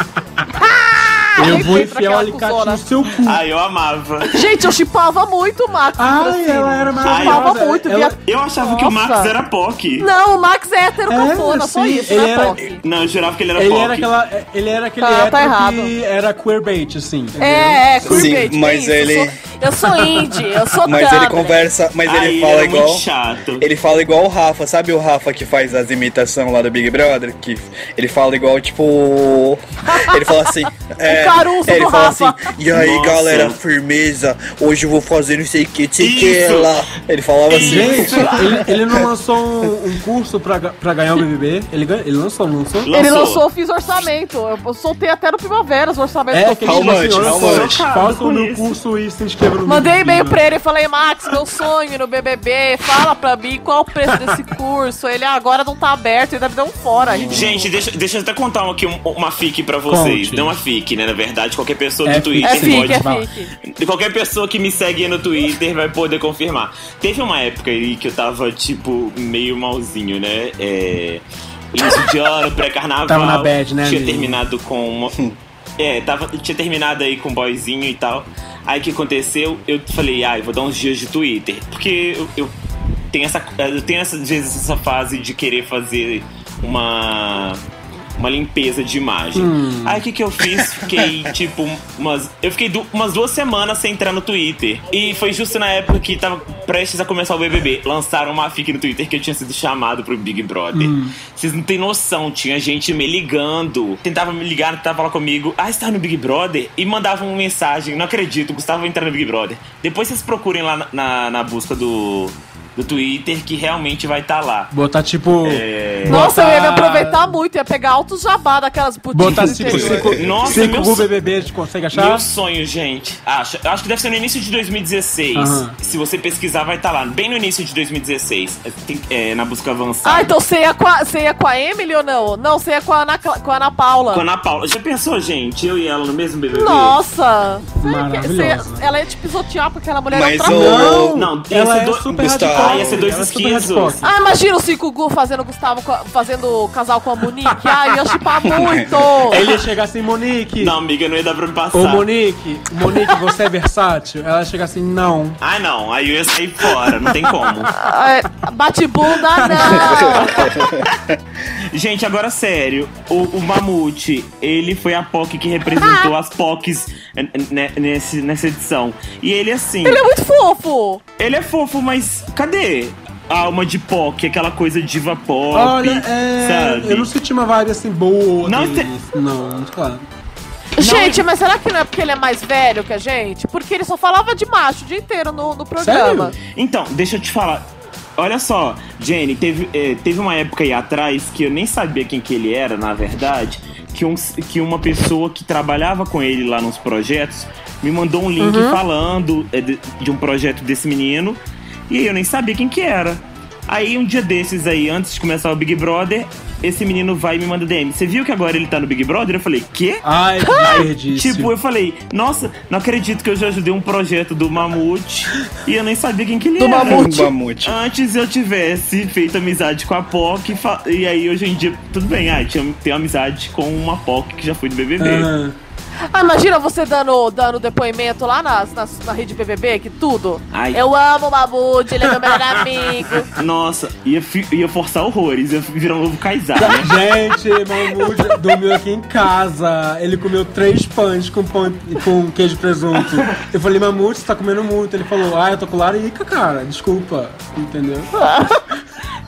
Eu vou Entrei pra enfiar o aquela alicate cuzona. no seu cu. Ai, eu amava. Gente, eu chipava muito o Max. Ai, assim. ela era Eu maravilhosa. chipava muito. Ela- via- Eu achava que o Nossa. Max era P O C. Não, o Max é hétero cafona, É, só sim, isso, ele né, era- Poc? Não, eu jurava que ele era Ele P O C. era, aquela, ele era aquele Tá, tá hétero errado. que era queerbait, assim. entendeu? É, é, Sim, queerbait, mas é isso, ele- Eu sou, eu sou indie, eu sou Mas ele Tumblr. conversa, mas Ai, ele ele fala era igual. muito chato. Ele fala igual o Rafa, sabe o Rafa que faz as imitações lá do Big Brother? Que ele fala igual, tipo. Ele fala assim. É, Caruso é, ele do fala Rafa. assim, e aí Nossa. galera, firmeza, hoje eu vou fazer não sei o que, não sei o que Isso. lá. Ele falava assim. Gente, ele, ele não lançou um, um curso pra, ga- pra ganhar o B B B? Ele, ganha- ele lançou, não lançou? Ele lançou, eu fiz orçamento. Eu soltei até no Primavera os orçamentos É, que eu que fiz. How ele much? falou assim, How olha much? só, faça o meu curso e se inscreva no Mandei meu e-mail vídeo. pra ele e falei, Max, meu sonho no B B B, fala pra mim qual o preço desse curso. Ele "Ah, agora não tá aberto, ainda me deu um fora. ridículo." Gente, deixa, deixa eu até contar aqui um- uma fic pra vocês. Conte. Não uma fic, né? Na verdade, qualquer pessoa É do Twitter É fic, fique, pode... é Vai lá. fique. Qualquer pessoa que me segue no Twitter vai poder confirmar. Teve uma época aí que eu tava, tipo, meio malzinho, né? É... Início de ano, pré-carnaval. Tava na bad, né, Tinha amigo? terminado com uma... É, tava, tinha terminado aí com um boyzinho e tal. Aí o que aconteceu? Eu falei, ah, eu vou dar uns dias de Twitter. Porque eu, eu tenho essa... Eu tenho essa, às vezes essa fase de querer fazer uma... Uma limpeza de imagem. Hum. Aí o que que eu fiz? Fiquei, tipo, umas... Eu fiquei du- umas duas semanas sem entrar no Twitter. E foi justo na época que tava prestes a começar o B B B. Lançaram uma fic no Twitter que eu tinha sido chamado pro Big Brother. Vocês não têm noção, tinha gente me ligando. Tentava me ligar, tentava falar comigo. Ah, você tá no Big Brother? E mandavam uma mensagem. Não acredito, o Gustavo vai entrar no Big Brother. Depois vocês procurem lá na, na, na busca do... do Twitter, que realmente vai estar tá lá. Botar tipo. É... Nossa, eu ia me botar- aproveitar muito, ia pegar altos jabá daquelas boutiques Botar do tipo interior. cinco, Nossa, cinco meu Gu sonho. B B B, a gente consegue achar? Meu sonho, gente. Acho, acho que deve ser no início de dois mil e dezesseis. Aham. Se você pesquisar, vai estar lá. Bem no início de dois mil e dezesseis. É, tem- é, na busca avançada. Ah, então você ia, com a, você ia com a Emily ou não? Não, você ia com a Ana, Cla- com a Ana Paula. Com a Ana Paula. Já pensou, gente? Eu e ela no mesmo B B B? Nossa! Você ia- Maravilhosa. você ia- ela ia te pisotear porque aquela mulher Mas é outra o- coisa. Não, ia ela ser é do- super Gustavo. radical. Ah, ia ser dois ela é super esquisos. radical. Ah, imagina o Cinco Gu fazendo Gustavo, com a- fazendo casal com a Monique. Ah, eu ia chipar muito! Ele ia chegar assim, Monique. Não, amiga, não ia dar pra me passar. Ô Monique, Monique, você é versátil? Ela ia chegar assim, não. Ai, não. Aí eu ia sair fora. Não tem como. Ah, bate bunda, não! Gente, agora sério, o, o Mamute, ele foi a P O C que representou as P O Cs n- n- nesse, nessa edição. E ele, assim, Ele é muito fofo! ele é fofo, mas cadê a alma de P O C? Aquela coisa diva pop, Olha, é, sabe? eu não senti uma vibe assim boa. Não dele. Não, muito claro. Gente, mas será que não é porque ele é mais velho que a gente? Porque ele só falava de macho o dia inteiro no, no programa. Sério? Então, deixa eu te falar. Olha só, Jenny, teve, eh, teve uma época aí atrás que eu nem sabia quem que ele era, na verdade, que, um, que uma pessoa que trabalhava com ele lá nos projetos me mandou um link falando eh, de, de um projeto desse menino, e aí eu nem sabia quem que era. Aí um dia desses aí, antes de começar o Big Brother, esse menino vai e me manda D M. Você viu que agora ele tá no Big Brother? Eu falei, quê? Ai, que desperdício. Tipo, eu falei, nossa, não acredito que eu já ajudei um projeto do Mamute e eu nem sabia quem que ele Do era. Mamute. Mamute. Antes eu tivesse feito amizade com a P O C e, fa- e aí hoje em dia, tudo bem, ah, tinha, tenho amizade com uma P O C que já foi do B B B. Ah, Ah, imagina você dando, dando depoimento lá na, na, na rede B B B, que tudo. Ai. Eu amo o Mamute, ele é meu melhor amigo. Nossa, ia, fi- ia forçar horrores, ia virar um novo Kaysar, né? gente, Mamute dormiu aqui em casa. Ele comeu três pães com, pão, com queijo e presunto. Eu falei, Mamute, você tá comendo muito. Ele falou, ah, eu tô com larica, cara. Desculpa. Entendeu?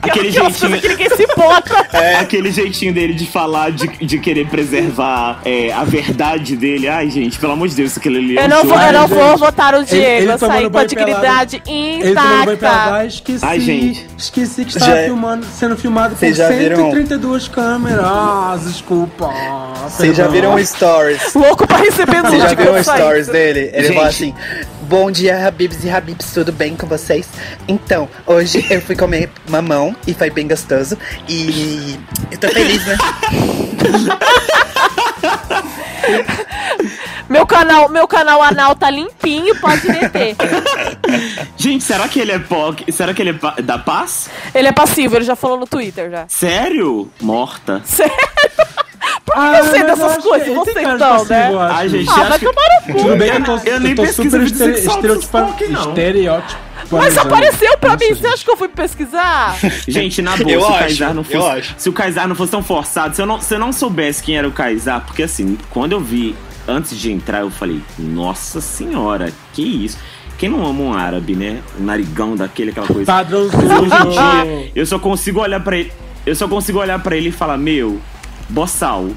Aquele Aquelas jeitinho. coisas que ninguém se bota. É aquele jeitinho dele de falar, de, de querer preservar é, a verdade dele. Ai, gente, pelo amor de Deus, aquele ali é Eu um não vou, jogo. eu não gente. vou votar o Diego. ele Eu tomando saí com a banho dignidade Ele tomando banho pra intacta. lá, esqueci. Ai, gente. Esqueci que estava Já- filmando, sendo filmado com Vocês já viram- cento e trinta e duas câmeras. Desculpa. Vocês já perdão. viram stories? Louco pra receber Vocês já nude viram quando sair. stories dele? Ele Gente. fala assim: bom dia, Habibs e Habibs, tudo bem com vocês? Então, hoje eu fui comer mamão e foi bem gostoso. E eu tô feliz, né? Meu canal, meu canal anal tá limpinho, pode meter. Gente, será que ele é P O C? Será que ele é pa- da paz? Ele é passivo, ele já falou no Twitter já. Sério? Morta. Sério? Por que Ah, eu sei mas dessas acho que coisas? ele tem Vocês cara de não, passivo, né? eu acho. Ai, gente, Ah, acho vai que... tomar no cu. Tudo bem que eu tô, Eu nem eu tô pesquiso super vídeo estere- sexual estereotipa- dessas P O C, não. estereótipo. Mas apareceu pra mim, você acha que eu fui pesquisar? Gente, na boa, Eu se acho, o Kaysar não eu fosse. acho. Se o Kaysar não fosse tão forçado, se eu não, se eu não soubesse quem era o Kaysar, porque assim, quando eu vi, antes de entrar, eu falei, nossa senhora, que isso? Quem não ama um árabe, né? Um narigão daquele, aquela coisa. Padrãozinho. Mas hoje em dia, eu só consigo olhar pra ele. Eu só consigo olhar pra ele e falar, meu, boçal.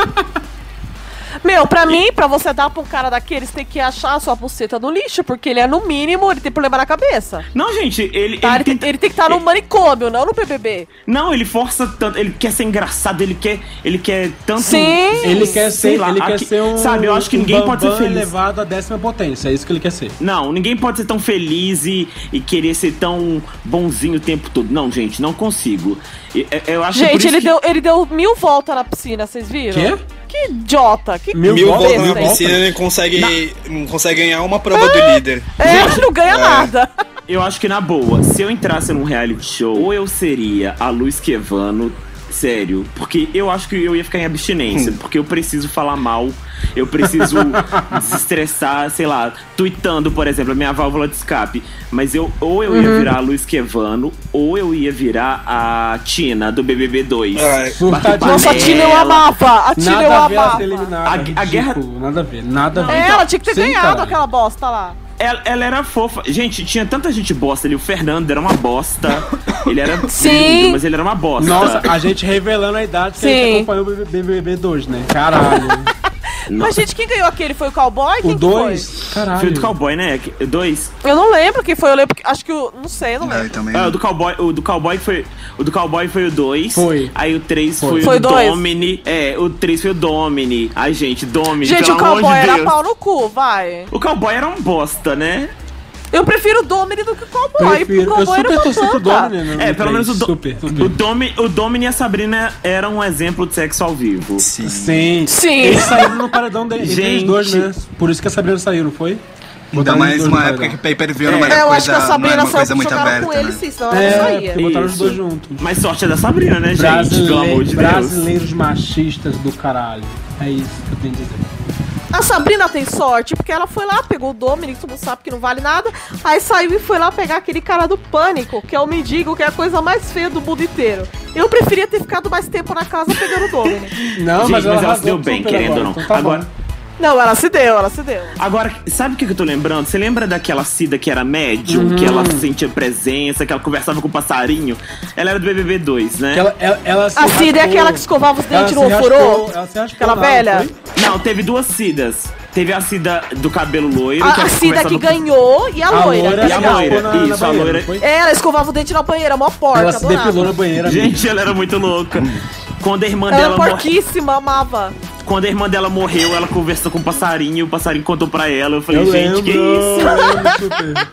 Meu, pra mim, pra você dar pra um cara daqueles, tem que achar a sua buceta no lixo, porque ele é, no mínimo, ele tem problema na cabeça. Não, gente, ele. Tá? ele Ele, tem, tenta- ele tem que estar no manicômio, não no P B B. Não, ele força tanto. Ele quer ser engraçado, ele quer. Ele quer tanto. Sim. Ele quer Sei ser, lá, ele quer aqui- ser um. sabe, eu acho que um ninguém pode ser bambam feliz. elevado à décima potência, é isso que ele quer ser. Não, ninguém pode ser tão feliz e, e querer ser tão bonzinho o tempo todo. Não, gente, não consigo. Eu, eu acho que por Gente, isso ele que- deu, ele deu mil voltas na piscina, vocês viram? Quê? Que idiota. Que Mil Mil voltas, voltas mil na voltas. piscina, ele consegue, não consegue ganhar uma prova do líder. É, não ganha É. nada. Eu acho que, na boa, se eu entrasse num reality show, ou eu seria a Luiz Quevano, sério, porque eu acho que eu ia ficar em abstinência, porque eu preciso falar mal, eu preciso desestressar, sei lá, tweetando, por exemplo, a minha válvula de escape. Mas eu, ou eu ia virar a Luiz Quevano, ou eu ia virar a Tina, do B B B dois. Ai. Surtadinha. Nossa, a Tina eu amava. A Tina eu Nada a ver ela amava. ser eliminada. A- a ridículo, guerra- Nada a ver, nada a ver. É, ela tinha que ter Sim, ganhado caralho. aquela bosta lá. Ela, ela era fofa. Gente, tinha tanta gente bosta ali. O Fernando era uma bosta. Ele era Sim. lindo, mas ele era uma bosta. Nossa, a gente revelando a idade que a Sim. gente acompanhou o B B B dois, né? Caralho. Nossa. Mas, gente, quem ganhou aquele? Foi o cowboy? Quem O que dois, caralho. Foi o do cowboy, né? Dois. foi? Eu não lembro quem foi. Eu lembro que. Acho que o. Não sei, eu não Não, eu lembro. também. Ah, o do cowboy, o do cowboy foi. O do cowboy foi o dois. Foi. Aí o três Foi. foi, Foi o dois. Domini. É, o três foi o Domini. Ai, gente, Domini. Gente, pelo o amor cowboy de era Deus. pau no cu, vai. O cowboy era um bosta, né? Eu prefiro o Domini do que o cowboy. porque Prefiro. o Eu cowboy era super uma torci pro santa. Domini, né? É, pelo menos o, do, Super, super. o, Domi, o Domini e a Sabrina eram um exemplo de sexo ao vivo. Sim. Sim. Sim. Eles saíram no paredão deles, Gente. eles dois, né? Por isso que a Sabrina saiu, não foi? Ainda Botaram mais os dois uma no época paredão. que pay-per-view não É, era É, eu coisa, acho que a não era Sabrina uma saiu coisa muito jogaram aberta, com ele, né? sim, senão ela não É, saía. porque botaram os Isso. dois juntos. Mas sorte é da Sabrina, né, gente? Pelo Brasile- amor de Deus. Brasileiros machistas do caralho. É isso que eu tenho a dizer. A Sabrina tem sorte, porque ela foi lá, pegou o Dominic, todo mundo sabe que não vale nada, aí saiu e foi lá pegar aquele cara do Pânico, que é o mendigo, que é a coisa mais feia do mundo inteiro. Eu preferia ter ficado mais tempo na casa pegando o Dominic. Não, Gente, mas ela, mas ela se arrasou deu bem, super querendo agora, ou não. então tá Agora- bom. Não, ela se deu, ela se deu. Agora, sabe o que que eu tô lembrando? Você lembra daquela Cida que era médium, que ela sentia presença, que ela conversava com o passarinho? Ela era do B B B dois, né? Que Ela, ela, ela se A Cida é raspou- aquela que escovava os ela dentes se no raspou- ofurô? ela se raspou Aquela lá, velha? não foi? Não, teve duas Cidas. Teve a Cida do cabelo loiro. A, que a ela Cida que conversava com- ganhou e a, A loira. loira que E a se legal. loira, raspou na, na isso, a banheira, loira. não foi? É, ela escovava o dente na banheira, mó porca, Ela se adorava. depilou na banheira. Gente, ela era muito louca. Quando a irmã Ela dela era morreu. porquíssima, amava. Quando a irmã dela morreu, ela conversou com o passarinho e o passarinho contou pra ela. Eu falei, Eu gente, lembro, que isso? eu lembro super.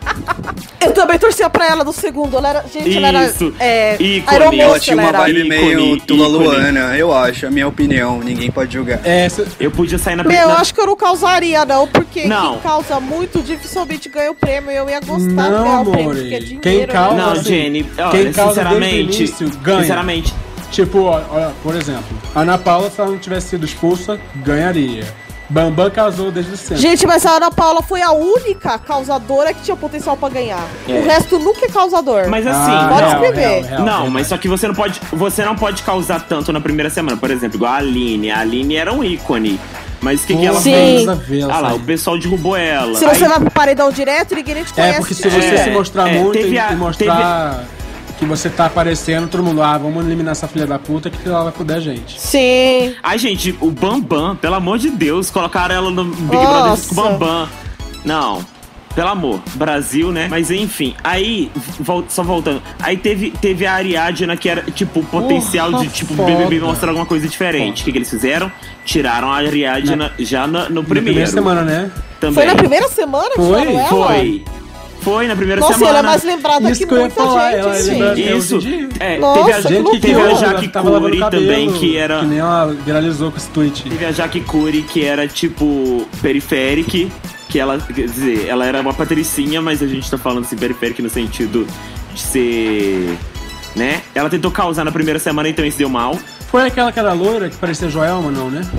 Eu também torcia pra ela do segundo. Ela era, gente, ela era Isso. é, Ícone. aeromoça, Ela tinha uma ela era. vibe meio Ícone, Tula ícone. Luana, eu acho, a minha opinião, ninguém pode julgar. É, cê- Eu podia sair na Meu, eu na- acho que eu não causaria, não, porque Não. quem causa muito dificilmente ganha o prêmio. Eu ia gostar de Não, ganhar o prêmio, amore. porque é dinheiro. Quem né? causa- Não, assim, Jenny, olha, quem causa desde o sinceramente, início, ganha. sinceramente, tipo, ó, ó, por exemplo, a Ana Paula, se ela não tivesse sido expulsa, ganharia. Bambam causou desde sempre. Gente, mas a Ana Paula foi a única causadora que tinha potencial pra ganhar. É. O resto nunca é causador. mas assim, Ah, pode real, escrever. real, real, não, verdade. mas só que você não pode, você não pode causar tanto na primeira semana, por exemplo, igual a Aline. A Aline era um ícone. Mas o que, que ela Sim. fez? Nada a ver, ela Ah lá, saiu. o pessoal derrubou ela. Se Aí- você vai pro paredão direto, ninguém nem te conhece. É, porque se você É, se mostrar é, muito teve e, a- e mostrar que você tá aparecendo, todo mundo, ah, vamos eliminar essa filha da puta que ela vai foder a gente. Sim. Ai, gente, o Bambam, pelo amor de Deus, colocaram ela no Big Nossa. Brother com o Bambam. Não, pelo amor, Brasil, né? Mas enfim, aí, vol- só voltando, aí teve, teve a Ariadna, que era, tipo, o potencial Porra, de, tipo, o foda. B B B mostrar alguma coisa diferente. O que, que eles fizeram? Tiraram a Ariadna já no, no Na primeiro. primeira semana, né? Também. Foi na primeira semana que Foi, tiraram ela? Foi. Foi na primeira Nossa, semana. ela é mais lembrada Isso que que eu ia muita falar, gente, ela é gente. lembrada- Isso. Eu entendi. É, Nossa, teve a, que Gente que teve a loucura. Jaque tava lavando Curi o cabelo, também, que era... Que nem ela viralizou com esse tweet. Teve a Jaque Curi, que era tipo periférica, que ela, quer dizer, ela era uma patricinha, mas a gente tá falando assim, periférica no sentido de ser, né? Ela tentou causar na primeira semana, então isso deu mal. Foi aquela que era loira, que parecia Joelma, não, né?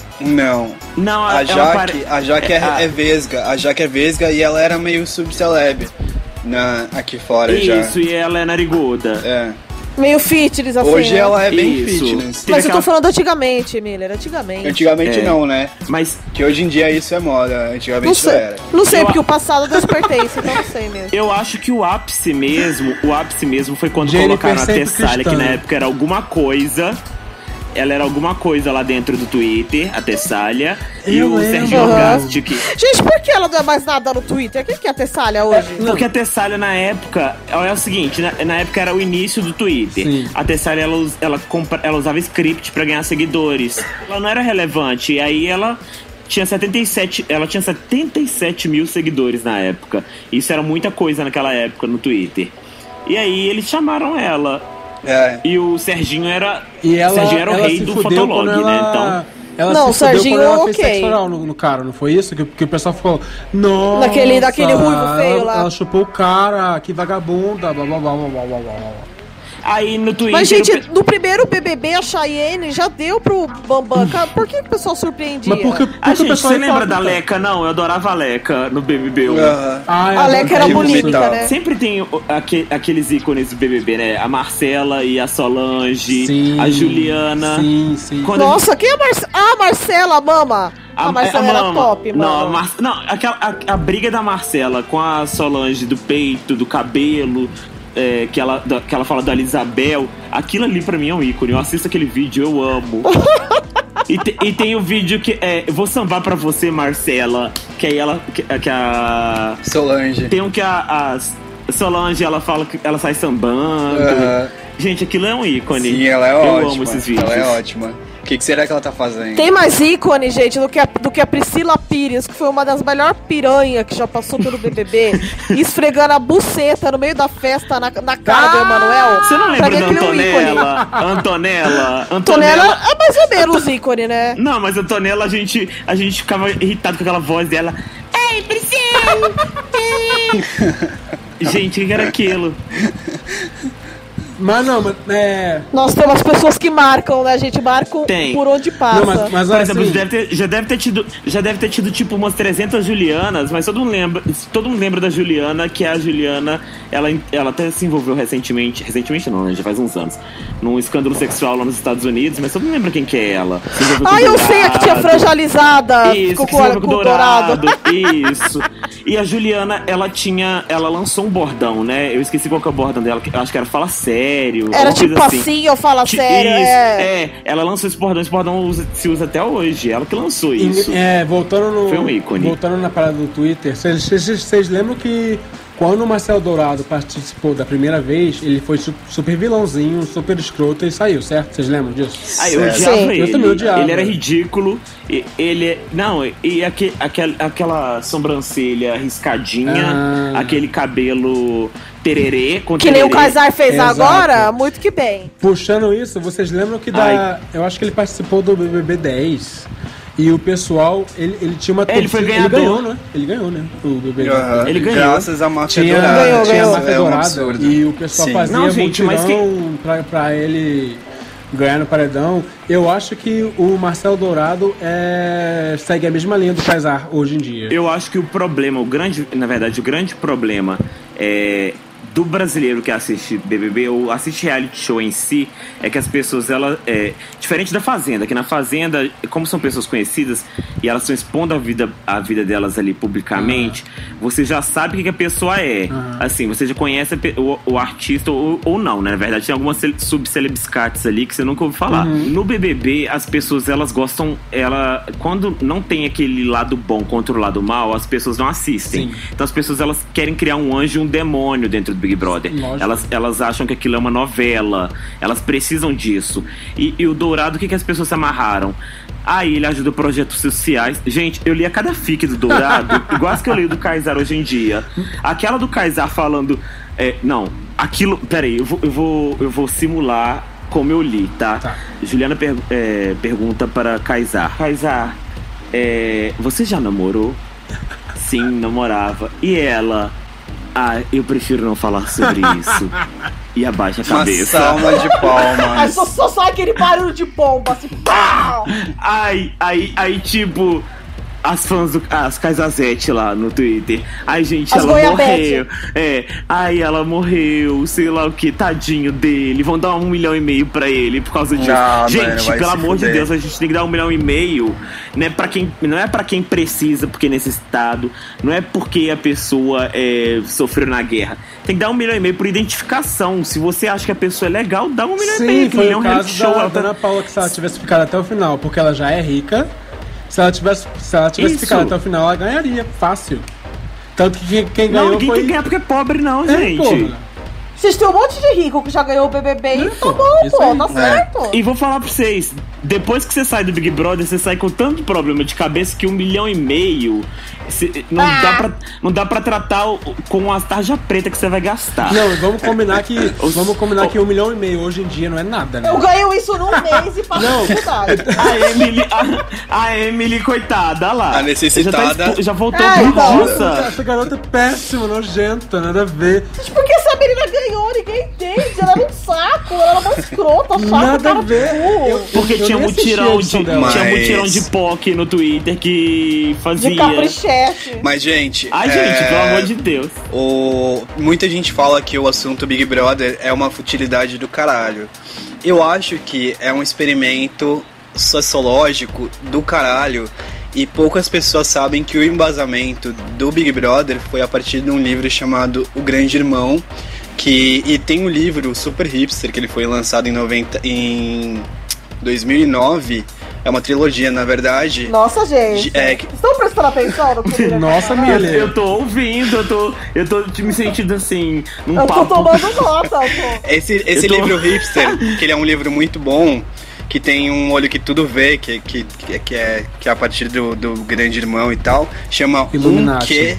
Não. Não, A ela Jaque, pare- a Jaque é, a- é vesga. A Jaque é vesga e ela era meio subceleb na, aqui fora já. Isso, e ela é nariguda. É. Meio fitness, assim. Hoje né? ela é bem Isso. fitness. Teve Mas eu tô aquela- falando antigamente, Miller, antigamente. Antigamente É. não, né? Mas Que hoje em dia isso é moda. Antigamente Não não, sei, era. não sei Eu- porque o passado Deus pertence, então não sei mesmo. eu acho que o ápice mesmo, o ápice mesmo foi quando Jennifer colocaram a sempre Tessália, que cristã. na época era alguma coisa. Ela era alguma coisa lá dentro do Twitter, a Tessália. E Eu o lembro. Serginho Uhum. Orgastic. Gente, por que ela não é mais nada no Twitter? Quem que é a Tessália hoje? Porque a Tessália na época, é o seguinte, na, na época era o início do Twitter. Sim. A Tessália, ela, us- ela, compra, ela usava script pra ganhar seguidores. Ela não era relevante, e aí ela tinha setenta e sete, ela tinha setenta e sete mil seguidores na época. Isso era muita coisa naquela época no Twitter. E aí eles chamaram ela. É. E o Serginho era, E ela, o Serginho era o ela rei se do fudeu Fotolog, quando né? ela... Então, Ela Não, se fudeu Serginho, quando ela fez ok. sexo oral no, no cara, não foi isso? Que, que o pessoal ficou, nossa, Naquele- daquele ruivo feio ela, lá. ela chupou o cara, que vagabunda, blá blá blá blá blá blá blá. aí no Twitter... Mas, o gente, pe- no primeiro B B B, a Cheyenne já deu pro Bambam. Cara, por que que o pessoal surpreendia? Mas por que, por Ah, que o gente, pessoal você lembra da reclama, cara? Leca? Não, eu adorava a Leca no B B B um. Aham. Ai, A Leca era adoro bonita, tal. né? Sempre tem o- aque- aqueles ícones do B B B, né? A Marcela e a Solange, Sim, a Juliana. Sim, sim. Quando Nossa, quem é a Marcela? Ah, Marcela, a mama. A, Marcela era Mama. top, mano. Não, a, Mar- não aquela, a, a briga da Marcela com a Solange do peito, do cabelo, é, que, ela, da- que ela fala da Isabel, aquilo ali pra mim é um ícone. Eu assisto aquele vídeo, eu amo. E, te- e tem o vídeo que é eu vou sambar pra você, Marcela, que aí ela que, que a Solange. tem um que a, a Solange, ela fala que ela sai sambando. Aham. Gente, aquilo é um ícone. Sim, ela é eu ótima. amo esses vídeos. Ela é ótima. O que, que será que ela tá fazendo? Tem mais ícone, gente, do que, a, do que a Priscila Pires, que foi uma das melhores piranhas que já passou pelo B B B, esfregando a buceta no meio da festa na, na cara do Emanuel. Você não Pra lembra que da aquele é um ícone? Antonella? Antonella? Tonela é mais ou menos ícone, né? Não, mas a Antonella, a gente, a gente ficava irritado com aquela voz dela. Ei, Priscila! Gente, o que era aquilo? Mas não, mas é... Nós temos as pessoas que marcam, né? A gente marca Tem. por onde passa. Não, mas, mas Por olha exemplo, assim, já deve, ter, já, deve ter tido, já deve ter tido tipo umas trezentas Julianas, mas todo mundo lembra, todo mundo lembra da Juliana, que a Juliana, ela, ela até se envolveu recentemente, recentemente não, né, já faz uns anos, num escândalo sexual lá nos Estados Unidos, mas todo mundo lembra quem que é ela. Se envolveu com Ah, o eu sei, a que tinha Dourado. franja alisada. Isso, ficou que se com, envolveu com o dourado. Isso. E a Juliana, ela tinha, ela lançou um bordão, né? Eu esqueci qual que é o bordão dela, que eu acho que era Fala Sério. Era alguma tipo coisa assim, eu falo Ti- sério. Isso, é. é, ela lançou esse bordão, esse bordão usa- se usa até hoje, ela que lançou em- isso. é, voltando no... Foi um ícone. Voltando na parada do Twitter, vocês- vocês vocês lembram que quando o Marcelo Dourado participou da primeira vez, ele foi su- super vilãozinho, super escroto e saiu, certo? Vocês lembram disso? Ah, eu Certo. odiava Sim. ele. Eu também odiava. Ele era ridículo. e- Ele. Não, e aque, aquela, aquela sobrancelha riscadinha, Ah. aquele cabelo tererê com Que nem o tererê. Kaysar fez Exato. agora, muito que bem. Puxando isso, vocês lembram que da... Eu acho que ele participou do B B B dez. E o pessoal, ele, ele tinha uma É, ele foi torcida- ganhador. Ele ganhou, né? Ele ganhou, né? O B B B. Aham. Ele ganhou. Graças à máfia Tinha, dourada. Ganhou, tinha ganhou. a máfia É um dourada. absurdo. E o pessoal Sim. fazia Não, gente, mas mutirão pra, pra ele ganhar no paredão. Eu acho que o Marcelo Dourado é... segue a mesma linha do Kaysar hoje em dia. Eu acho que o problema, o grande, na verdade, o grande problema é do brasileiro que assiste B B B ou assiste reality show em si é que as pessoas, ela é diferente da Fazenda, que na Fazenda, como são pessoas conhecidas e elas estão expondo a vida, a vida delas ali publicamente, uhum. você já sabe o que, que a pessoa é. Uhum. Assim, você já conhece o, o artista ou, ou não, né? Na verdade, tem algumas subcelebscates ali que você nunca ouviu falar. Uhum. No B B B, as pessoas, elas gostam, ela, quando não tem aquele lado bom contra o lado mal, as pessoas não assistem. Sim. Então as pessoas, elas querem criar um anjo e um demônio dentro do Big Brother. Elas, elas acham que aquilo é uma novela. Elas precisam disso. E, e o Dourado, o que, que as pessoas se amarraram? Ah, ele ajuda projetos sociais. Gente, eu li a cada fic do Dourado, igual as que eu leio do Kaysar hoje em dia. Aquela do Kaysar falando... É, não, aquilo... Peraí, eu vou, eu, vou, eu vou simular como eu li, tá? tá. Juliana per, é, pergunta para Kaysar. Kaysar, é, você já namorou? Sim, namorava. E ela... Ah, eu prefiro não falar sobre isso. E abaixa a cabeça. Uma salva de palmas. Aí só, só sai aquele barulho de bomba, assim. Pau! Ai, aí, aí, tipo... As fãs do... As Kaysazete lá no Twitter. Ai, gente, as ela morreu. É, ai, ela morreu. Sei lá o que, tadinho dele. Vão dar um milhão e meio pra ele por causa disso. Não, gente, mano, pelo amor de Deus, a gente tem que dar um milhão e meio. Né, pra quem, não é pra quem precisa, porque é necessitado. Não é porque a pessoa é, sofreu na guerra. Tem que dar um milhão e meio por identificação. Se você acha que a pessoa é legal, dá um milhão Sim, e meio. Sim, foi é um o caso show, da, da Ana Paula, que se ela tivesse ficado até o final, porque ela já é rica. Se ela tivesse, se ela tivesse ficado até o final, ela ganharia, fácil. Tanto que quem, quem ganhou não, ninguém foi... tem que ganhar porque é pobre não, é, gente. Porra. Vocês têm um monte de rico que já ganhou o B B B e é, tá bom, pô, aí. Tá certo. É. E vou falar pra vocês, depois que você sai do Big Brother, você sai com tanto problema de cabeça que um milhão e meio cê, não, ah. dá pra, não dá pra tratar o, com as tarja preta que você vai gastar. Não, vamos combinar que vamos combinar que um milhão e meio hoje em dia não é nada, né? Eu ganho isso num mês e passo dificuldade. A Emily, a, a Emily, coitada lá. A necessitada. Já, tá, já voltou é, pra então. roça. Essa garota é péssima, nojenta, nada a ver. Gente, por que essa menina ganhou? Ninguém entende. Ela era um saco, ela era uma escrota, chata, nada a ver. Eu, Porque eu tinha mutirão de, Mas... tinha mutirão de P O C no Twitter que fazia. De caprichete. Mas, gente. Ai, é... gente, pelo amor de Deus. O... Muita gente fala que o assunto Big Brother é uma futilidade do caralho. Eu acho que é um experimento sociológico do caralho. E poucas pessoas sabem que o embasamento do Big Brother foi a partir de um livro chamado O Grande Irmão. Que, e tem um livro super hipster que ele foi lançado em, noventa, em dois mil e nove. É uma trilogia, na verdade. Nossa, gente. É, que... Estão prestando atenção no que Nossa, minha eu, eu tô ouvindo, eu tô, eu tô me sentindo assim, num eu papo. Eu tô tomando nota. Eu tô... Esse, esse tô... livro hipster, que ele é um livro muito bom, que tem um olho que tudo vê, que, que, que, é, que é a partir do, do Grande Irmão e tal, chama um Q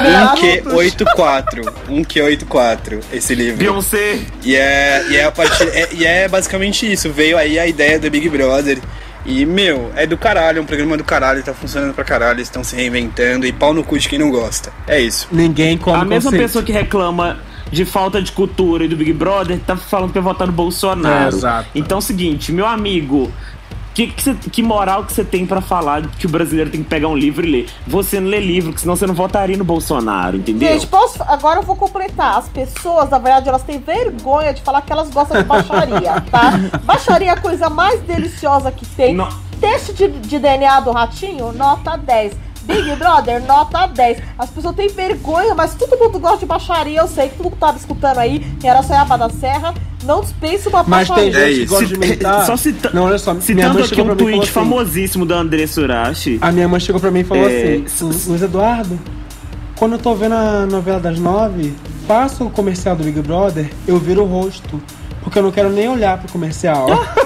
oitenta e quatro. um Q oitenta e quatro, esse livro. Beyoncé. E é, e é a partir. É, e é basicamente isso. Veio aí a ideia do Big Brother. E, meu, é do caralho, é um programa do caralho, tá funcionando pra caralho, eles estão se reinventando e pau no cu de quem não gosta. É isso. Ninguém come A mesma conceito. pessoa que reclama de falta de cultura e do Big Brother tá falando pra votar no Bolsonaro. É, exato. Então é o seguinte, meu amigo, que, que, cê, que moral que você tem pra falar que o brasileiro tem que pegar um livro e ler? Você não lê livro, que senão você não votaria no Bolsonaro, entendeu? Gente, posso, agora eu vou completar. As pessoas, na verdade, elas têm vergonha de falar que elas gostam de baixaria, tá? Baixaria é a coisa mais deliciosa que tem. No... Teste de, de D N A do ratinho, nota dez. Big Brother, nota dez. As pessoas têm vergonha, mas todo mundo gosta de baixaria. Eu sei que todo mundo tava escutando aí em Araçaiaba da Serra. Não dispensa uma mas baixaria. Mas tem gente que gosta de imitar. Só cita... Não, olha só. Citando aqui um tweet famosíssimo da André Surashi. A minha mãe chegou pra mim e falou é... assim: Luiz Eduardo, quando eu tô vendo a novela das nove, passa o comercial do Big Brother, eu viro o rosto. Porque eu não quero nem olhar pro comercial.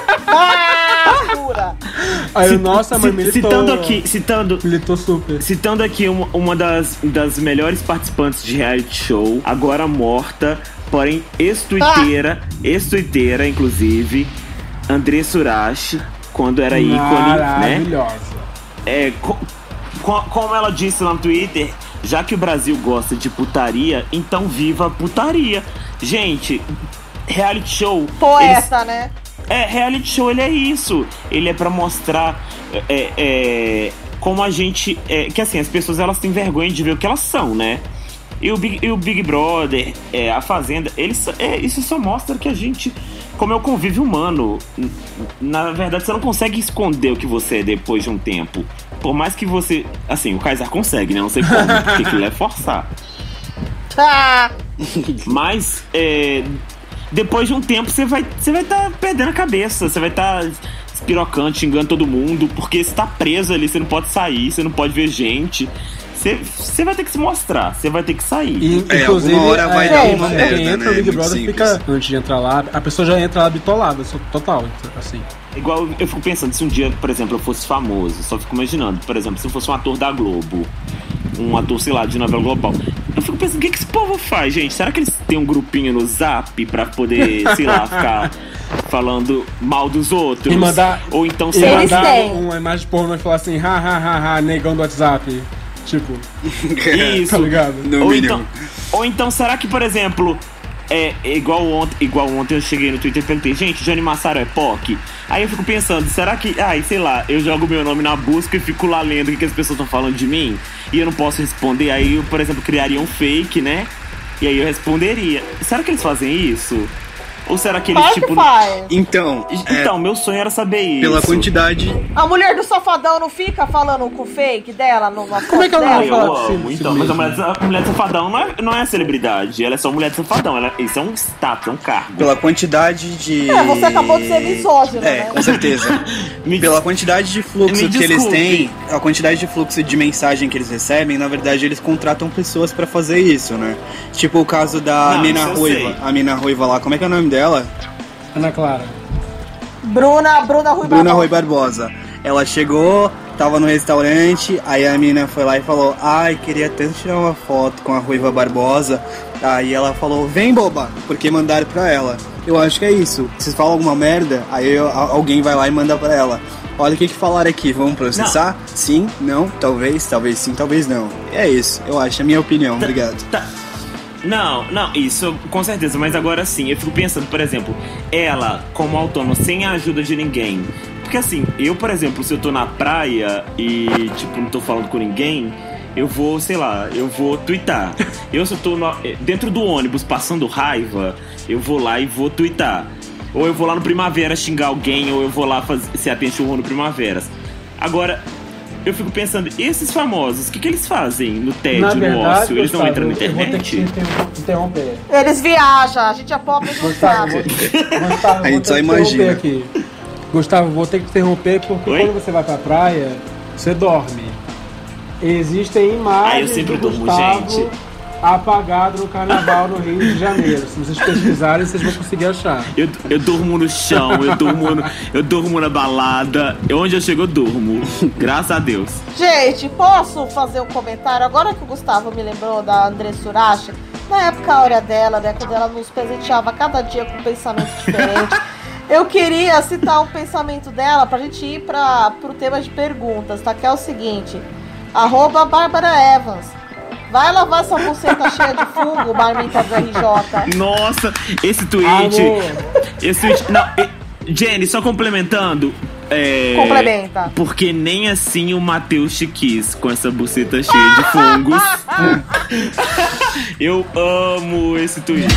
Aí, Cit, nossa, mãe, militou, citando aqui, citando, militou super. Citando aqui uma, uma das, das melhores participantes de reality show, agora morta, porém ex-tuiteira, ah. ex-tuiteira, inclusive, André Surashi, quando era ícone, maravilhosa. Né? É, co, co, como ela disse lá no Twitter, já que o Brasil gosta de putaria, então viva a putaria. Gente, reality show... Poeta, eles, né? É, reality show, ele é isso. Ele é pra mostrar é, é, como a gente... É, que assim, as pessoas, elas têm vergonha de ver o que elas são, né? E o Big, e o Big Brother, é, a Fazenda, eles, é, isso só mostra que a gente, como é o convívio humano, na verdade você não consegue esconder o que você é depois de um tempo. Por mais que você, assim, o Kaysar consegue, né? Não sei como, porque aquilo é forçar. Mas, é, depois de um tempo você vai você vai estar tá perdendo a cabeça, você vai estar tá espirocando, xingando todo mundo, porque você tá preso ali, você não pode sair, você não pode ver gente. Você vai ter que se mostrar, você vai ter que sair. E, é, inclusive, alguma hora vai é, dar é, uma quem merda, entra né? no Big Muito Brother simples. fica, antes de entrar lá, a pessoa já entra lá bitolada, total, assim. Igual eu fico pensando, se um dia, por exemplo, eu fosse famoso, só fico imaginando, por exemplo, se eu fosse um ator da Globo, um ator, sei lá, de novela global, eu fico pensando, o que, que esse povo faz, gente? Será que eles têm um grupinho no Zap pra poder, sei lá, ficar falando mal dos outros? E mandar, ou então, e sei lá, mandar têm. uma imagem pornô e falar assim, ha, ha, ha, ha, negão do WhatsApp. Tipo, isso. tá ligado? No ou, mínimo. então, ou então, será que, por exemplo, é igual ontem, igual ontem eu cheguei no Twitter e perguntei, gente, Johnny Massaro é P O C? Aí eu fico pensando, será que, ai, sei lá, eu jogo meu nome na busca e fico lá lendo o que, que as pessoas estão falando de mim e eu não posso responder? Aí eu, por exemplo, criaria um fake, né? E aí eu responderia. Será que eles fazem isso? Ou será que eles, Claro tipo... que faz. Então, Então, é, meu sonho era saber isso. pela quantidade... A mulher do Safadão não fica falando com o fake dela no Como é que ela não Ah, vai eu falar de si- amo, de si então, mas a mesma? mulher, a mulher do Safadão não é, não é celebridade, ela é só mulher do Safadão, ela, isso é um status, é um cargo. Pela quantidade de... É, você acabou de ser misógino, É, né? com certeza. Me- Pela quantidade de fluxo Me que eles desculpe. têm, a quantidade de fluxo de mensagem que eles recebem, na verdade eles contratam pessoas pra fazer isso, né? Tipo o caso da Não, mina isso eu ruiva. sei. A mina ruiva lá, como é que é o nome dela? Ana Clara. Bruna, Bruna Rui Bruna Barbosa. Rui Barbosa. Ela chegou, tava no restaurante, aí a mina foi lá e falou: ai, queria tanto tirar uma foto com a Ruiva Barbosa. Aí ela falou: vem, boba, porque mandaram pra ela. Eu acho que é isso. Vocês falam alguma merda, aí eu- a- alguém vai lá e manda pra ela. Olha o que que falaram aqui, vamos processar? Sim, não, talvez, talvez sim, talvez não. É isso, eu acho, é a minha opinião, obrigado. Tá. Não, não, isso com certeza, mas agora sim, eu fico pensando, por exemplo, ela como autônoma, sem a ajuda de ninguém. Porque assim, eu, por exemplo, se eu tô na praia e, tipo, não tô falando com ninguém, eu vou, sei lá, eu vou twittar. Eu, se eu tô no- dentro do ônibus passando raiva, eu vou lá e vou twittar. Ou eu vou lá no Primavera xingar alguém, ou eu vou lá fazer, ser atento no Primaveras. Agora, eu fico pensando, e esses famosos, o que, que eles fazem no tédio, Na no verdade, ócio? Eles não Gustavo, entram na eu vou ter que te internet? interromper. Eles viajam, a gente é pobre e não Gustavo, sabe. vou, Gustavo, A vou gente ter só que imagina. interromper aqui. Gustavo, vou ter que interromper porque Oi? quando você vai pra praia, você dorme. Existem imagens Ah, eu sempre do durmo, Gustavo gente. apagado no carnaval no Rio de Janeiro. Se vocês pesquisarem, vocês vão conseguir achar. Eu, eu durmo no chão, eu durmo, no- eu durmo na balada. Onde eu chego, eu durmo. Graças a Deus. Gente, posso fazer um comentário? Agora que o Gustavo me lembrou da André Surache, na época áurea dela, né, quando ela nos presenteava cada dia com um pensamento diferente, eu queria citar um pensamento dela pra gente ir pra, pro tema de perguntas, tá? Que é o seguinte, arroba Bárbara Evans. Vai lavar essa buceta cheia de fungo, marmita do R J. Nossa, esse tweet. Amor. Esse tweet. Não, e- Jenny, só complementando. É, Complementa. Porque nem assim o Matheus te quis com essa buceta cheia de fungos. Eu amo esse tweet.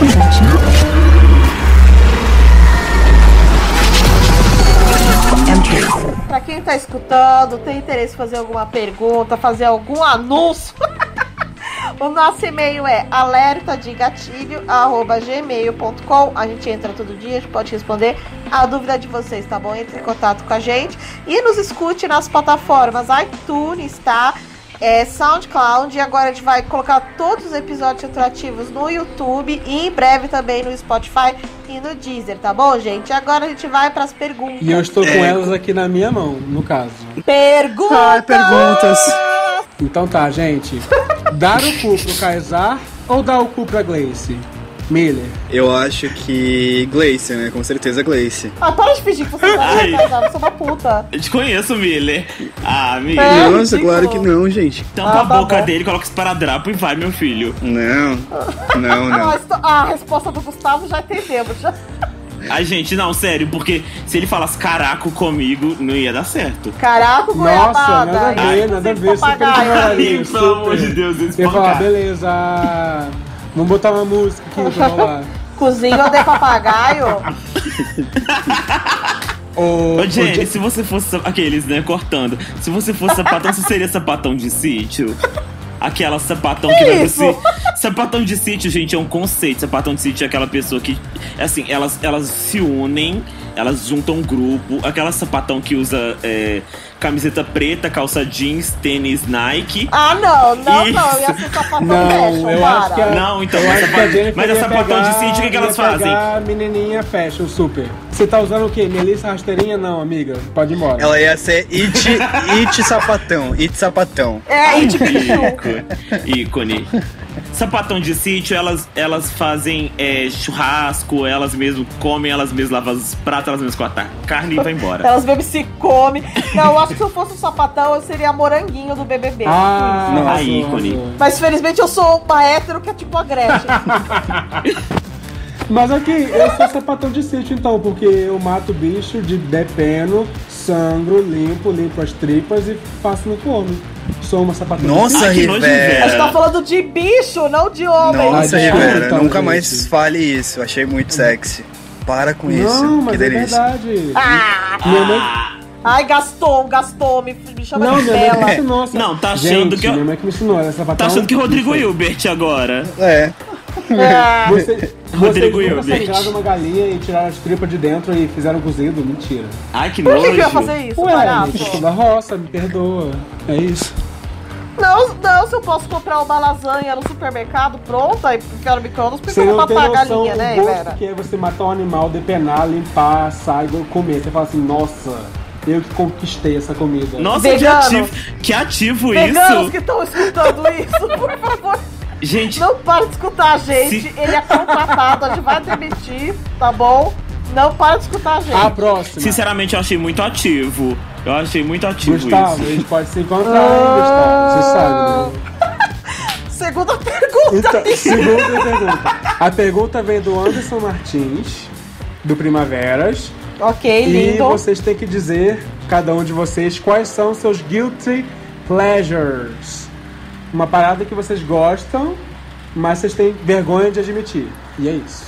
Pra quem tá escutando, tem interesse em fazer alguma pergunta, fazer algum anúncio, o nosso e-mail é alertadigatilho arroba gmail ponto com. A gente entra todo dia, a gente pode responder a dúvida de vocês, tá bom? Entre em contato com a gente e nos escute nas plataformas iTunes, tá? É, SoundCloud, e agora a gente vai colocar todos os episódios retroativos no YouTube e em breve também no Spotify e no Deezer, tá bom, gente? Agora a gente vai pras perguntas. E eu estou com É. elas aqui na minha mão, no caso. Perguntas! Ah, perguntas. Então tá, gente. Dar o cu pro Kaysar ou dar o cu pra Gleice? Miller. Eu acho que Gleice, né? Com certeza Gleice. Ah, para de fingir que você Ai. vai casar, você é uma puta. Eu te conheço, Miller. Ah, Miller. É, Nossa, ridículo. claro que não, gente. Tampa Ah, a tá boca bom. dele, coloca esparadrapo e vai, meu filho. Não, não, Ah, não. esto- a resposta do Gustavo já entendemos. Já. Ai, gente, não, sério, porque se ele falasse caraco comigo, não ia dar certo. Caraca, Nossa, goiabada. nada a ver, nada a ver. Super ignoraria, Pelo amor de super. Deus, esse Eu ia falar, pancada. beleza, vamos botar uma música aqui pra rolar. Cozinha de papagaio. O, Ô, o Jenny, Je- se você fosse. Aqueles, né, cortando. Se você fosse sapatão, você seria sapatão de sítio? Aquela sapatão que, Que vai isso? você. Sapatão de sítio, gente, é um conceito. Sapatão de sítio é aquela pessoa que. Assim, elas, elas se unem, elas juntam um grupo. Aquela sapatão que usa é, camiseta preta, calça jeans, tênis Nike. Ah, não, não, Isso. não. Ia ser sapatão Não, fashion, eu para. acho que a- Não, então, eu mas, acho que a sapa- Jennifer mas a ia sapatão pegar- de sítio, o que, que elas ia fazem? pegar a menininha fashion, super. Você tá usando o quê? Melissa rasteirinha? Não, amiga. Pode ir embora. Ela ia ser It, It Sapatão. It Sapatão. É, e de bicho. Ícone. Ícone. Sapatão de sítio, elas, elas fazem é, churrasco, elas mesmas comem, elas mesmas lavam os pratos, elas mesmas cortam a carne e vai embora. Elas bebem se come. Não, eu acho que se eu fosse um sapatão, eu seria a moranguinho do B B B. Ah, Nossa, arrasou, ícone. arrasou. Mas felizmente eu sou uma hétero que é tipo a Gretchen. Mas aqui, eu sou sapatão de sítio então, porque eu mato o bicho, de depeno, sangro, limpo, limpo as tripas e passo no forno. Sou uma sapatão Nossa, de Ai, que nojo, Rivera. A gente tá falando de bicho, não de homem. Nossa, Ah, Rivera, então, nunca gente. mais fale isso. Achei muito sexy. Para com sítio. isso. Não, que mas é delícia. verdade. Ah, Minha mãe... ai, gastou, gastou, me, me chama Não, de minha mãe que me Bela. ensinou. Não, tá achando Gente, que eu- minha mãe que me ensinou, ela é sapatão. Tá achando que Rodrigo Isso. Hilbert agora? É. É. Você, Rodrigo vocês nunca Hilbert. sangraram uma galinha e tiraram as tripas de dentro e fizeram cozido? Mentira. Ai, que Por nojo. que, que eu ia fazer isso, Ué, palhaço? gente, sou da roça, me perdoa. É isso. Não, não, se eu posso comprar uma lasanha no supermercado pronta e ficar no micro-ondas, por que Você eu vou não tem matar a noção galinha, do né, gosto Vera? que é você matar um animal, depenar, limpar, assar e comer. Você fala assim, nossa, eu que conquistei essa comida. Nossa, Veganos. que ativo, que ativo Veganos isso. que estão escutando isso, por favor, Gente, não para de escutar a gente. Se- Ele é contratado, a gente vai demitir, tá bom? Não para de escutar a gente. A próxima. sinceramente, eu achei muito ativo. Eu achei muito ativo Gustavo, a isso. gente pode se encontrar, hein, Gustavo? Você sabe, né? Segunda pergunta. Então, segunda pergunta. A pergunta vem do Anderson Martins, do Primaveras. Ok, E lindo. vocês têm que dizer, cada um de vocês, quais são seus guilty pleasures. Uma parada que vocês gostam, mas vocês têm vergonha de admitir. E é isso.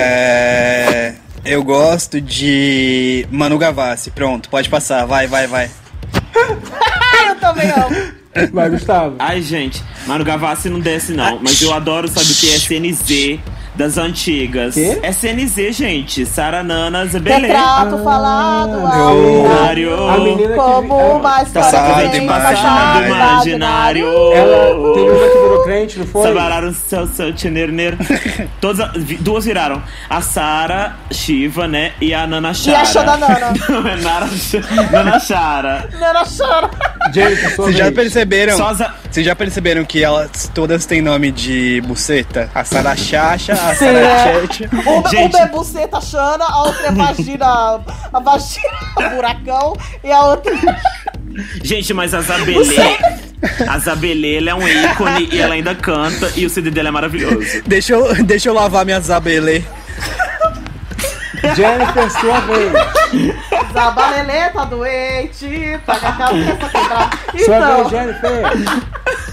É. Eu gosto de Manu Gavassi. Pronto, pode passar. Vai, vai, vai. Ah, eu também amo. Vai, Gustavo. Ai, gente, Manu Gavassi não desce não, mas eu adoro, sabe o que? S N Z das antigas. Quê? S N Z, gente, Sara Nana Zebelé. Retrato falado ao Cenário. A menina que como ela- uma história Passado, que vem imaginário. passado, imaginário. Ela teve uma que virou crente, não foi? Sabararam seu, seu tchenerner. Todas, a- vi- duas viraram. A Sara Shiva, né? E a Nana E Chara. a Xana Nana. Não, é Nara, Nana Chara. Nana chora. Jennifer, sua Vocês já vez. perceberam? Só as a- Vocês já perceberam que elas todas têm nome de buceta? A Sara Chacha, a Sim, Sara é. Tchetcha. Uma, Gente. uma é buceta Xana, a outra é vagina. A vagina buracão e a outra. Gente, mas a Zabelê. A Zabelê, ela é um ícone e ela ainda canta. E o C D dela é maravilhoso. Deixa eu, deixa eu lavar minha Zabelê. Jennifer, sua vez. Zabalelê tá doente, tá com a cabeça quebrada. Sua Então, vez, Jennifer.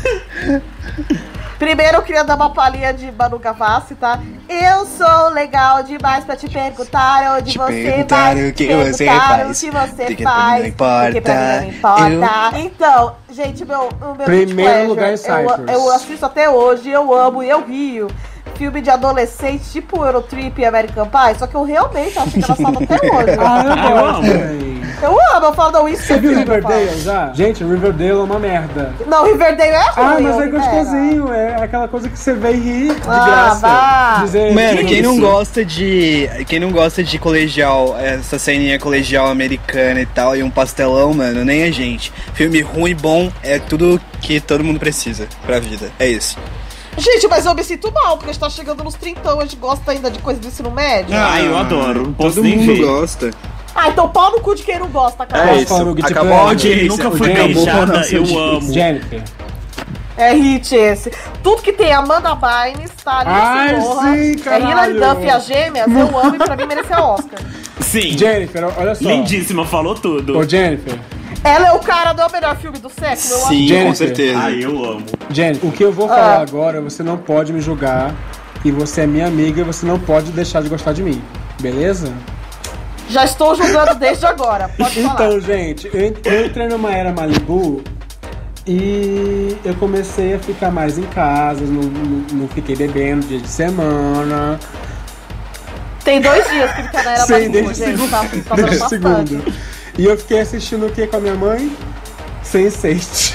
primeiro eu queria dar uma palhinha de Manu Gavassi, tá? Eu sou legal demais pra te perguntar onde Te você perguntar vai. o que te você perguntar faz. o que você Porque pra mim faz. não importa. Porque pra mim não importa. Então, gente, meu, o meu Primeiro guilty lugar em pleasure, eu, Cyprus. eu assisto até hoje, eu amo e eu rio. Filme de adolescente, tipo Eurotrip e American Pie, só que eu realmente acho engraçado até hoje. Ah, eu Ah, eu gosto amo. também. Eu amo, eu falo, não, isso Você é viu filme, eu falo. Riverdale já? Gente, Riverdale é uma merda. Não, Riverdale é ruim. Ah, mas é Rivera. gostosinho. É aquela coisa que você vê e ri de Ah, graça. vá. Dizer, Mano, que quem não isso? gosta de. Quem não gosta de colegial, essa ceninha colegial americana e tal, e um pastelão, mano, nem a gente. Filme ruim e bom é tudo que todo mundo precisa pra vida. É isso. Gente, mas eu me sinto mal, porque a gente tá chegando nos trinta, a gente gosta ainda de coisa do ensino médio. Ah, Ai, eu adoro. Não posso Todo nem mundo ver. gosta. então pau no cu de quem não gosta, cara. É Posso isso. falar o guilty Acabou a pleasure? audiência. Nunca fui Acabou a beijada, nossa eu audiência. amo. Jennifer. É hit esse. Tudo que tem Amanda Bynes tá ali. Ai, sim, É caralho. Hilary Duff e as gêmeas, eu amo e pra mim mereceu Oscar. Sim. Jennifer, olha só. Lindíssima, falou tudo. Ô, Jennifer. Ela é o cara do melhor filme do século, eu Sim, Jennifer. com certeza. Ai, eu amo. Jennifer, o que eu vou Ah. falar agora, você não pode me julgar. E você é minha amiga e você não pode deixar de gostar de mim. Beleza? Já estou julgando desde agora, pode falar. Então, gente, eu, eu entrei numa era Malibu e eu comecei a ficar mais em casa, não, não, não fiquei bebendo dia de semana. Tem dois dias que ele tá na era Sim, Malibu, desde gente, segunda. tá, tá dando Desde bastante. segunda. E eu fiquei assistindo o que com a minha mãe? sense eight.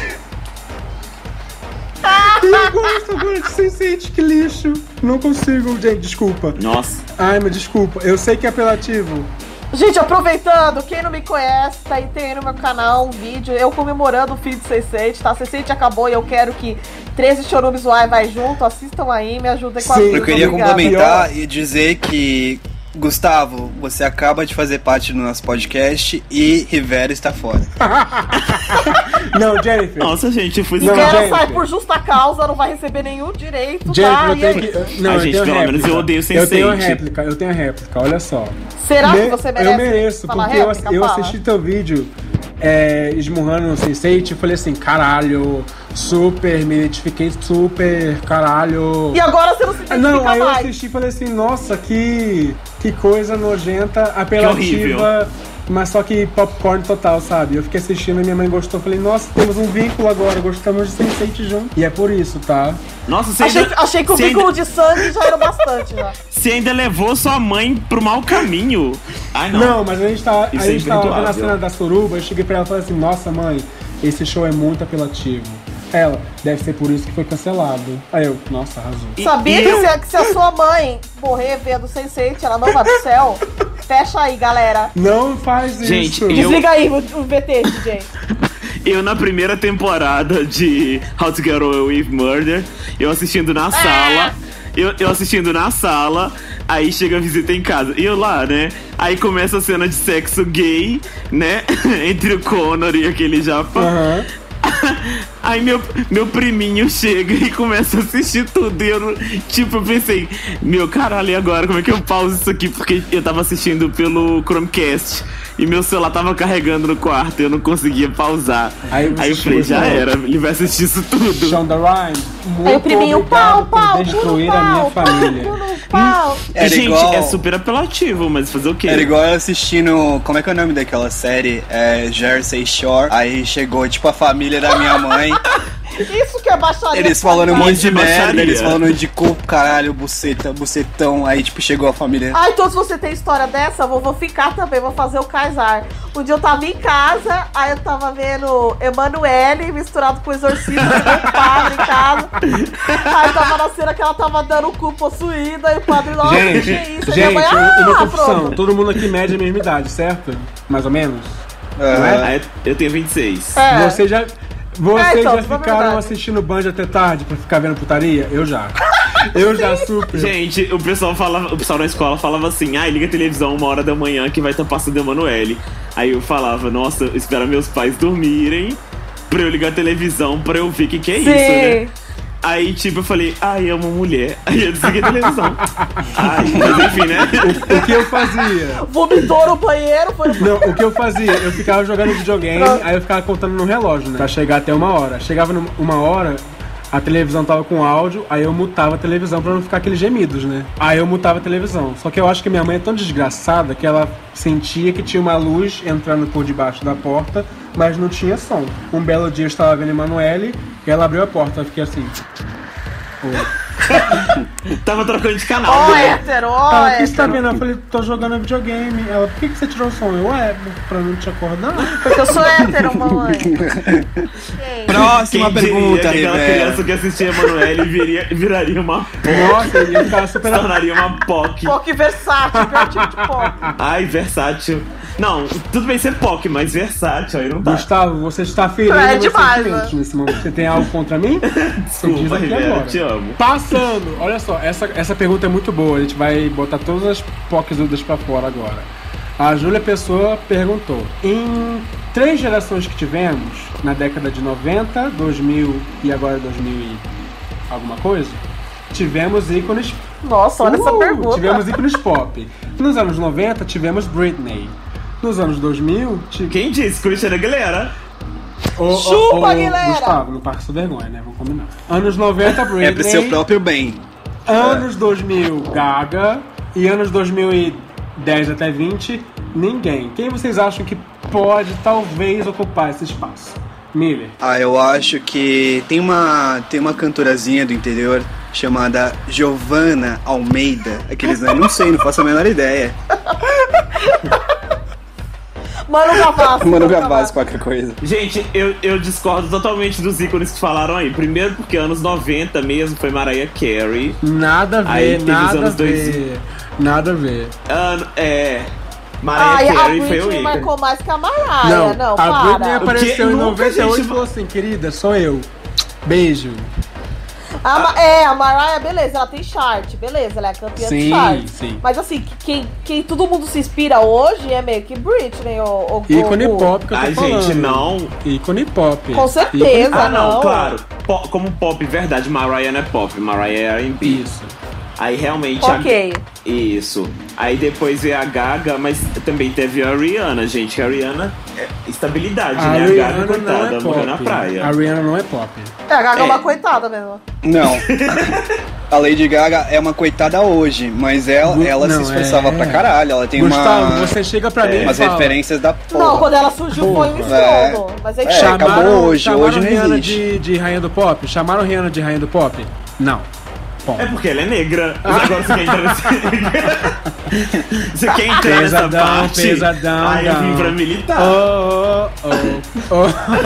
Eu gosto agora de sense eight, que lixo. Não consigo, gente, desculpa. Nossa. Ai, mas desculpa, eu sei que é apelativo. Gente, aproveitando, quem não me conhece, tá aí, tem aí no meu canal um vídeo, eu comemorando o fim de sense eight, tá? sense eight acabou e eu quero que treze Chorumes Uai vai junto, assistam aí, me ajudem com a Sim. vida. Eu queria obrigada. complementar e dizer que, Gustavo, você acaba de fazer parte do nosso podcast e Rivera está fora. Não, Jennifer. Nossa, gente, eu fui... Não, E ela Jennifer. sai por justa causa, não vai receber nenhum direito, Jennifer, tá? eu E tenho aí, que. Não, Ah, eu gente, tenho pelo menos réplica. eu odeio sense Eu tenho eight. réplica, eu tenho réplica, olha só. será Me- que você merece Eu mereço, falar porque eu, réplica? eu Fala. assisti teu vídeo é, esmurrando no sense eight e falei assim, caralho, super, me identifiquei super, caralho. E agora você não se identifica Não, aí eu mais. assisti e falei assim, nossa, que, que coisa nojenta, apelativa, mas só que popcorn total, sabe? Eu fiquei assistindo e minha mãe gostou, falei, nossa, temos um vínculo agora, gostamos de sense eight junto. E é por isso, tá? Nossa, você Achei, ainda, achei que o você vínculo ainda, de sangue já era bastante, já. você ainda levou sua mãe pro mau caminho. Ai, não. Não, mas a gente, tá, a Isso é gente tava vendo a imperdoável. cena da suruba, eu cheguei pra ela e falei assim, nossa mãe, esse show é muito apelativo. Ela, deve ser por isso que foi cancelado. Aí eu, nossa, arrasou. E- Sabia e que eu- se, a- que se a sua mãe morrer vendo sense eight, ela não vai pro céu? Fecha aí, galera. Não faz Gente, isso. eu- Desliga aí o, o V T, D J. Eu, na primeira temporada de How to Get Away with Murder, eu assistindo na sala, eu, eu assistindo na sala, aí chega a visita em casa. E eu lá, né? Aí começa a cena de sexo gay, né? Entre o Connor e aquele japa. Aham. Aí meu, meu priminho chega e começa a assistir tudo. E eu, não- tipo, eu pensei, meu caralho, e agora? Como é que eu pauso isso aqui? Porque eu tava assistindo pelo Chromecast e meu celular tava carregando no quarto e eu não conseguia pausar. Aí Aí, você eu falei, chegou já e falou, era, ele vai assistir isso tudo. Shonda Rhimes, muito Aí o priminho, obrigado pau, pau, por destruir pau, a minha pau, família. pau, pau. Era Gente, igual- é super apelativo, mas fazer o quê? Era igual eu assistindo. Como é que é o nome daquela série? É Jersey Shore. Aí chegou, tipo, a família da minha mãe. Isso que é baixaria. Eles falando um monte de baixaria. merda, eles falando de cu, caralho, buceta, bucetão. Aí, tipo, chegou a família. Ai, todos você tem história dessa? Vou, vou ficar também, vou fazer o casar. Um dia eu tava em casa, aí eu tava vendo Emanuele misturado com o exorcismo, chegou o padre em casa. Aí tava na cena que ela tava dando o cu possuída, e o padre, nossa, que Gente, é isso? gente, Minha mãe, uma ah, confusão. pronto. Todo mundo aqui mede a mesma idade, certo? Mais ou menos? Ah, Ah, eu- eu tenho vinte e seis. É. Você já, vocês É, então, já isso é ficaram verdade. assistindo Band até tarde pra ficar vendo putaria? Eu já. Eu já, super. Gente, o pessoal falava, o pessoal na escola falava assim, ai, liga a televisão uma hora da manhã que vai estar passando Emanuele. Aí eu falava, nossa, espera meus pais dormirem pra eu ligar a televisão pra eu ver o que, que é isso, né? Aí, tipo, eu falei, ai, é uma mulher. Aí eu desliguei a televisão. Ai, mas enfim, né? O que eu fazia? Vomitou no banheiro, foi no Não, o que eu fazia? Eu ficava jogando videogame, aí eu ficava contando no relógio, né? Pra chegar até uma hora. Chegava numa uma hora, a televisão tava com áudio, aí eu mutava a televisão pra não ficar aqueles gemidos, né? Aí eu mutava a televisão. Só que eu acho que minha mãe é tão desgraçada que ela sentia que tinha uma luz entrando por debaixo da porta, mas não tinha som. Um belo dia eu estava vendo Emanuele e ela abriu a porta, eu fiquei assim. Oi. Tava trocando de canal, Ó, né? hétero, ó, Ela, o que você tá hétero. vendo? Eu falei, tô jogando videogame. Ela, por que, que você tirou o som? Eu, é, pra não te acordar. Porque eu sou hétero, mamãe. Próxima Quem diria pergunta, que aquela Rivera. criança que assistia Emanuele viria, viraria uma Nossa, ele ia ficar super. se tornaria uma P O C. Pô, que versátil, pior tipo de pó. Ai, versátil. Não, tudo bem ser P O C, mas versátil aí não dá. Gustavo, você está ferindo É meus demais, sentimentos né? nesse momento. Você tem algo contra mim? Você diz Desculpa, aqui Rivera, agora. te amo. Passando, olha só, essa, essa pergunta é muito boa. A gente vai botar todas as poquezudas pra fora agora. A Júlia Pessoa perguntou: em três gerações que tivemos, na década de noventa, dois mil e agora dois mil e alguma coisa, tivemos ícones. Nossa, olha uh, essa pergunta. Tivemos ícones pop. Nos anos noventa, tivemos Britney. Nos anos dois mil... Tive... Quem disse? Christina Aguilera. O, Chupa, o, o, Aguilera! Gustavo, não passa vergonha, né? Vamos combinar. Anos noventa, Britney. É pro seu próprio bem. Anos é. dois mil, Gaga. E anos dois mil e dez até vinte, ninguém. Quem vocês acham que pode, talvez, ocupar esse espaço? Miller. Ah, eu acho que tem uma, tem uma cantorazinha do interior chamada Giovanna Almeida. Aqueles, né? Não sei, não faço a menor ideia. Mano Gavassi. Mano Gavassi, qualquer coisa. Gente, eu, eu discordo totalmente dos ícones que falaram aí. Primeiro porque anos noventa mesmo foi Mariah Carey. Nada a ver, aí teve nada os anos a ver. dois... Nada a ver. Ano, é... Mariah Ai, Carey a foi o Britney ícone. marcou mais que a Mariah. Não, Não, a para. Britney apareceu em Nunca, noventa e oito gente, e falou assim: querida, sou eu. Beijo. A Ma- é, a Mariah, beleza, ela tem chart, beleza, ela é campeã Sim, de chart. sim. Mas assim, quem, quem todo mundo se inspira hoje é meio que Britney, o, o Ícone o, pop que eu tô Ai, falando. gente, não. Ícone pop. Com certeza, Ícone... Ah, não, não. claro. Po- como pop, verdade, Mariah não é pop, Mariah é R and B. Isso. Aí realmente... Ok. A... Isso. Aí depois veio a Gaga, mas também teve a Rihanna, gente. A Rihanna é estabilidade, A né? Rihanna A Gaga, não coitada, é morreu na pop. praia. A Rihanna não é pop. É, a Gaga é uma É. coitada mesmo. Não. A Lady Gaga é uma coitada hoje, mas ela, Gu- ela não, se esforçava é. pra caralho. Ela tem Gustavo, uma, você chega pra mim e umas fala... referências da porra. Não, quando ela surgiu foi um Porra. estrondo. Mas é que É, chama. acabou hoje, chamaram hoje não Rihanna existe. de, de rainha do pop? Chamaram Rihanna de rainha do pop? Não. Bom. É porque ela é negra. Agora você quer entrar nesse... Você quer entrar Pesadão, nessa parte? pesadão, Aí eu vim não. pra militar. Oh, oh,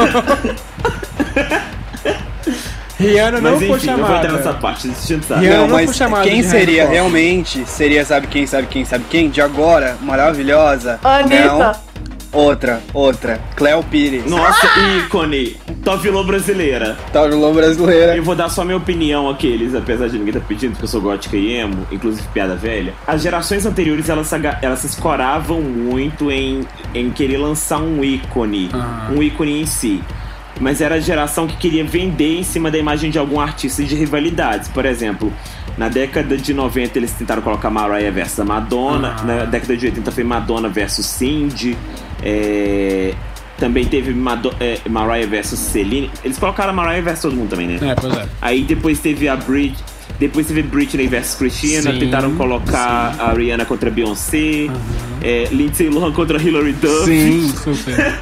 oh, oh. Rihanna não Mas foi enfim, eu vou entrar nessa chamada. parte. Deixa eu pensar. Rihanna Não, não foi mas chamada quem de seria rainha do pop. realmente, seria sabe quem, sabe quem, sabe quem? De agora, maravilhosa. Anitta. Não. Outra, outra. Cleo Pires. Nossa, ícone. Top Low brasileira. Taurulão brasileira. Eu vou dar só minha opinião aqueles, apesar de ninguém tá pedindo, porque eu sou gótica e emo, inclusive piada velha. As gerações anteriores, elas, se aga- elas se escoravam muito em, em querer lançar um ícone. Ah. Um ícone em si. Mas era a geração que queria vender em cima da imagem de algum artista de rivalidades. Por exemplo, na década de noventa eles tentaram colocar Mariah versus a Madonna. Ah. Na década de oitenta foi Madonna versus Cindy. É... Também teve Mado- é, Mariah versus Celine. Eles colocaram a Mariah versus todo mundo também, né? É, pois é. Aí depois teve a Brit... Depois teve Britney versus Christina. Sim, Tentaram colocar sim. a Rihanna contra a Beyoncé. É, Lindsay Lohan contra a Hilary Duff. Sim, super.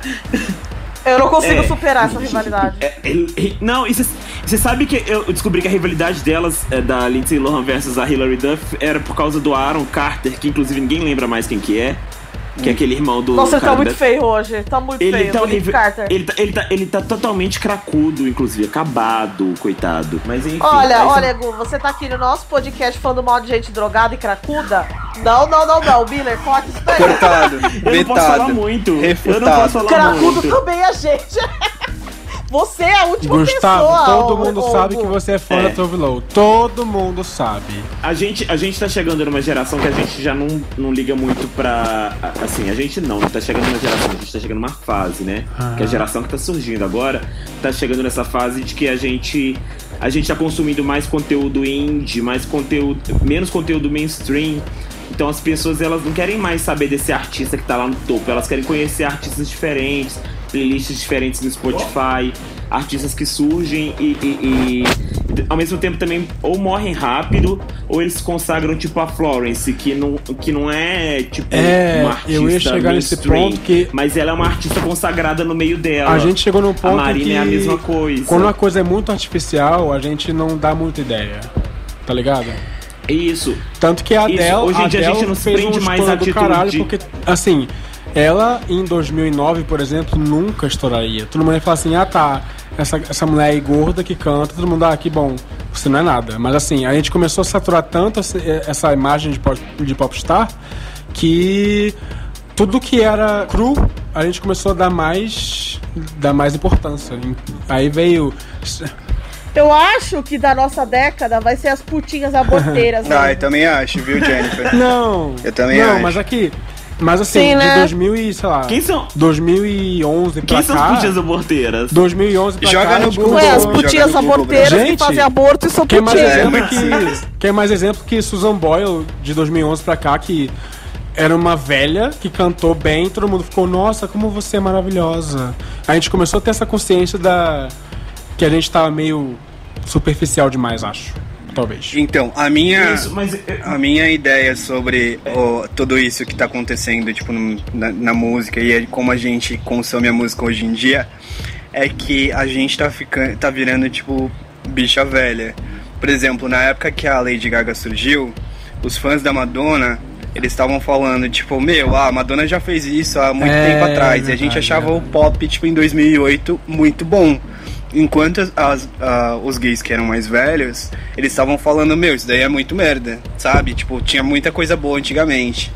Eu não consigo É. superar essa rivalidade. É, ele- ele- não, e você sabe que eu descobri que a rivalidade delas, é, da Lindsay Lohan versus a Hilary Duff, era por causa do Aaron Carter, que inclusive ninguém lembra mais quem que é. Que é aquele irmão do. Nossa, ele cara tá muito da- feio hoje. Tá muito Ele feio. tá, o Nick horrível. Carter. Ele, tá, ele, tá, ele tá totalmente cracudo, inclusive, acabado, coitado. Mas enfim. Olha, aí olha, Gu, você tá aqui no nosso podcast falando mal de gente drogada e cracuda? Não, não, não, não. Miller, corta isso daí. Cortado, Eu não posso falar vetado, muito. Eu não refutado. posso falar Cracudo muito. também é gente. Você é a última Gustavo, pessoa. todo ô, mundo ô, sabe Gu. que você é fã É. da Tove Lo. Todo mundo sabe. A gente, a gente tá chegando numa geração que a gente já não, não liga muito pra. Assim, a gente não, não tá chegando numa geração, a gente tá chegando numa fase, né? Ah. Que a geração que tá surgindo agora tá chegando nessa fase de que a gente. A gente tá consumindo mais conteúdo indie, mais conteúdo. menos conteúdo mainstream. Então as pessoas elas não querem mais saber desse artista que tá lá no topo, elas querem conhecer artistas diferentes, playlists diferentes no Spotify, artistas que surgem e, e- e, ao mesmo tempo também ou morrem rápido ou eles se consagram tipo a Florence, que não, que não é tipo É, uma artista eu ia chegar nesse mainstream, ponto que- mas ela é uma artista consagrada no meio dela. A gente chegou num ponto A Marina que é a mesma coisa. quando a coisa é muito artificial, a gente não dá muita ideia. Tá ligado? Isso. Tanto que a Isso, Adele, hoje em dia a Adele gente não se fez prende um mais estouro a do título caralho, de- porque, assim, ela em dois mil e nove, por exemplo, nunca estouraria. Todo mundo ia falar assim, ah tá, essa, essa mulher aí gorda que canta, todo mundo, ah, que bom, você não é nada. Mas assim, a gente começou a saturar tanto essa, essa imagem de, pop, de popstar que tudo que era cru, a gente começou a dar mais, dar mais importância. Aí veio... Eu acho que da nossa década vai ser as putinhas aborteiras. Ah, né? eu também acho, viu, Jennifer? Não, Eu também não, acho. mas aqui Mas assim, Sim, né? de dois mil e, sei lá, Quem são? dois mil e onze pra Quem são cá... as putias aborteiras? dois mil e onze pra Joga cá, no a gente Google. Ué, começou- as putias joga no Google, aborteiras que gente, fazem aborto e são Quer mais, putias. exemplo que, quer mais exemplo que Susan Boyle, de dois mil e onze pra cá, que era uma velha que cantou bem, todo mundo ficou, nossa, como você é maravilhosa. A gente começou a ter essa consciência da que a gente tava meio superficial demais, acho. Talvez. Então, a minha, Isso, mas... a minha ideia sobre o, tudo isso que tá acontecendo, tipo, no, na, na música e é como a gente consome a música hoje em dia, é que a gente tá, ficando, tá virando, tipo, bicha velha. Por exemplo, na época que a Lady Gaga surgiu, os fãs da Madonna, eles estavam falando, tipo, meu, a Madonna já fez isso há muito É, tempo atrás, verdade, e a gente achava é. o pop, tipo, em dois mil e oito muito bom. Enquanto as, as, ah, os gays que eram mais velhos, eles estavam falando, meu, isso daí é muito merda, sabe? Tipo, tinha muita coisa boa antigamente.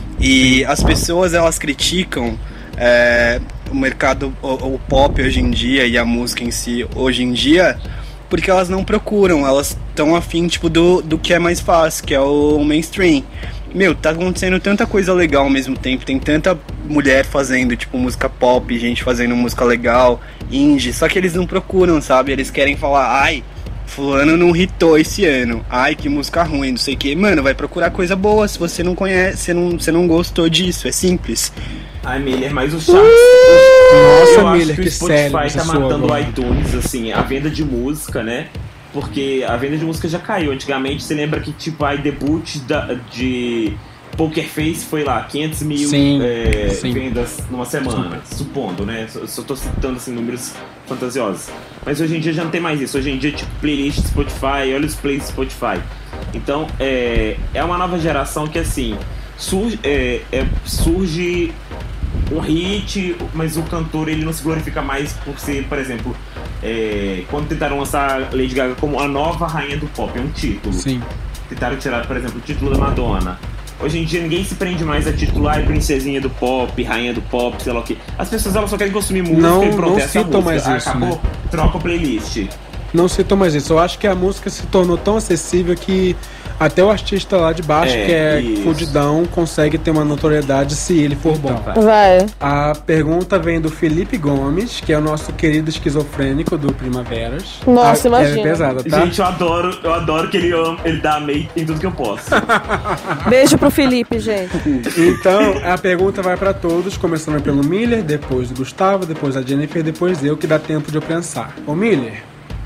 E as pessoas, elas criticam é, o mercado, o, o pop hoje em dia e a música em si hoje em dia, porque elas não procuram, elas estão afim, tipo, do, do que é mais fácil, que é o mainstream. Meu, tá acontecendo tanta coisa legal ao mesmo tempo, tem tanta mulher fazendo, tipo, música pop, gente fazendo música legal, indie, só que eles não procuram, sabe? Eles querem falar, ai, fulano não hitou esse ano, ai, que música ruim, não sei o que. Mano, vai procurar coisa boa, se você não conhece, você não, você não gostou disso, é simples. Ai, Miller, mas o Charts... Nossa, eu Miller, acho que que o Spotify sério tá essa sua matando o agora. iTunes, assim, a venda de música, né? Porque a venda de música já caiu. Antigamente, você lembra que, tipo, a debut da, de Poker Face foi lá, quinhentos mil Sim, é, sim. vendas numa semana, supondo, né? Só, só tô citando, assim, números fantasiosos. Mas hoje em dia já não tem mais isso. Hoje em dia, tipo, playlist Spotify, olha os plays Spotify. Então, é, é uma nova geração que, assim, surge, é, é, surge um hit, mas o cantor, ele não se glorifica mais por ser, por exemplo... É, quando tentaram lançar Lady Gaga como a nova rainha do pop, é um título. Sim. Tentaram tirar, por exemplo, o título da Madonna. Hoje em dia ninguém se prende mais a titular princesinha do pop, rainha do pop, sei lá o que. As pessoas elas só querem consumir música Não- e pronto, não essa citam música. mais Ah, isso, acabou, né? troca a playlist. Não citou mais isso. Eu acho que a música se tornou tão acessível que até o artista lá de baixo, É, que é isso. fudidão, consegue ter uma notoriedade se ele for bom. vai. Vai. A pergunta vem do Felipe Gomes, que é o nosso querido esquizofrênico do Primaveras. Nossa, Ah, imagina. É pesada, tá? Gente, eu adoro, eu adoro que ele ama, ele dá amei em tudo que eu posso. Beijo pro Felipe, gente. Então, a pergunta vai pra todos, começando pelo Miller, depois o Gustavo, depois a Jennifer, depois eu, que dá tempo de eu pensar. Ô Miller,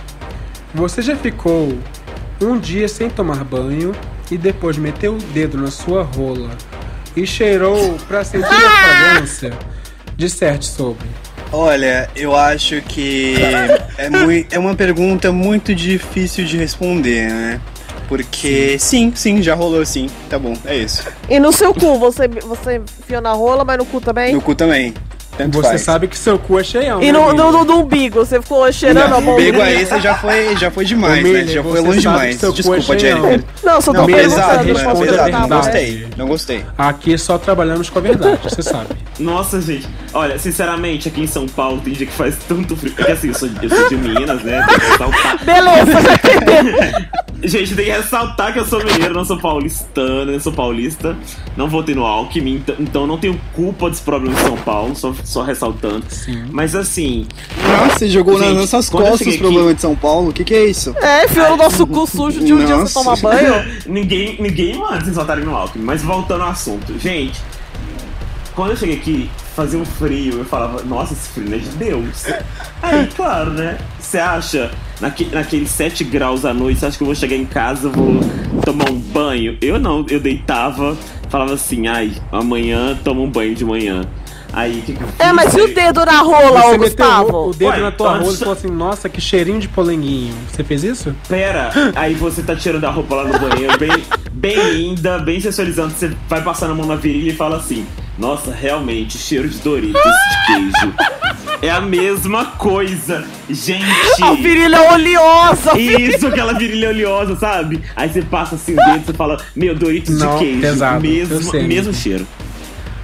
você já ficou um dia sem tomar banho e depois meteu o dedo na sua rola e cheirou pra sentir a fragrância? Disserte sobre. Olha, eu acho que é, mui- é uma pergunta muito difícil de responder, né? Porque sim, sim, já rolou sim. Tá bom, é isso. E no seu cu, você, você enfiou na rola, mas no cu também? No cu também. Tanto Você faz. sabe que seu cu é cheião, E né, no, Miller? no, no, no umbigo, você ficou cheirando a Não, mão? pego aí, você já foi, já foi demais, Ô, Miller, né? Já você foi longe sabe demais. que seu cu é Desculpa, cheião. Jennifer. Não, só tô Não, Miller, pesado, perguntando. responde mano, qual a pesado. você Não tava, gostei, né? não gostei. Aqui só trabalhamos com a verdade, você sabe. Nossa, gente. Olha, sinceramente, aqui em São Paulo tem dia que faz tanto frio. Porque assim, eu sou, eu sou de Minas, né? Tem que ressaltar. Beleza, já entendeu. Gente, tem que ressaltar que eu sou mineiro, não sou paulistano, eu sou paulista. Não votei no Alckmin, então- então não tenho culpa dos problemas de São Paulo, só, só ressaltando. Sim. Mas assim, Nossa, você jogou Gente, nas nossas quando eu costas os cheguei problemas de São Paulo? O que que é isso? É, enfiou no nosso cu sujo de um dia você Nossa. tomar banho. ninguém, ninguém manda vocês votarem no Alckmin. Mas voltando ao assunto, gente, quando eu cheguei aqui, fazia um frio, eu falava, nossa, esse frio não é de Deus. Aí, claro, né? Você acha, naque, naqueles sete graus à noite, você acha que eu vou chegar em casa, vou tomar um banho? Eu não, eu deitava, falava assim, ai, amanhã toma um banho de manhã. Aí, o que que eu fiz? É, mas e o dedo na rola, ô Você meteu o Gustavo? dedo Ué, na tua antes- rola e falou assim, nossa, que cheirinho de polenguinho. Você fez isso? Pera, aí você tá tirando a roupa lá no banheiro, bem, bem linda, bem sensualizante. Você vai passando a mão na virilha e fala assim: nossa, realmente, cheiro de Doritos de queijo. É a mesma coisa, gente. A virilha oleosa. Isso, aquela virilha oleosa, sabe? Aí você passa assim dentro e fala: meu, Doritos Não, de queijo. pesado, eu Mesmo, sei. mesmo cheiro.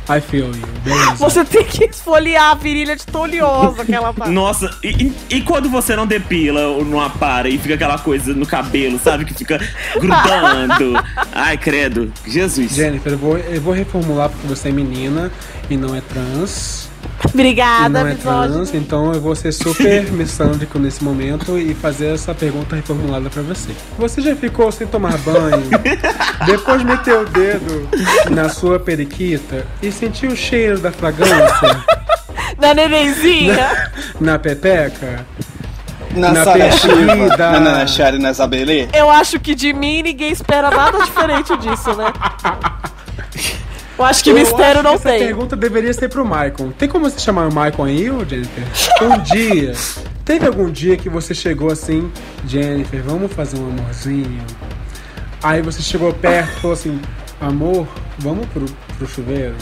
I feel you. Beleza. Você tem que esfoliar a virilha de tão oleosa que ela tá. Nossa, e, e, e quando você não depila ou não apara e fica aquela coisa no cabelo, sabe? Que fica grudando. Ai, credo. Jesus. Jennifer, eu vou, eu vou reformular porque você é menina e não é trans. Obrigada, e não é episódio. trans, então eu vou ser super missândrico nesse momento e fazer essa pergunta reformulada pra você. Você já ficou sem tomar banho, depois meteu o dedo na sua periquita e sentiu o cheiro da fragrância Na nenenzinha. na, na pepeca? Na, Na Sara perseguida. Shiva, na Nana Shari, na Zabelê. Eu acho que de mim ninguém espera nada diferente disso, né? Eu acho que Eu mistério acho não que essa tem. pergunta deveria ser pro Maicon. Tem como você chamar o Maicon aí, ô Jennifer? Um dia, teve algum dia que você chegou assim, Jennifer, vamos fazer um amorzinho? Aí você chegou perto e falou assim, amor, vamos pro, pro chuveiro?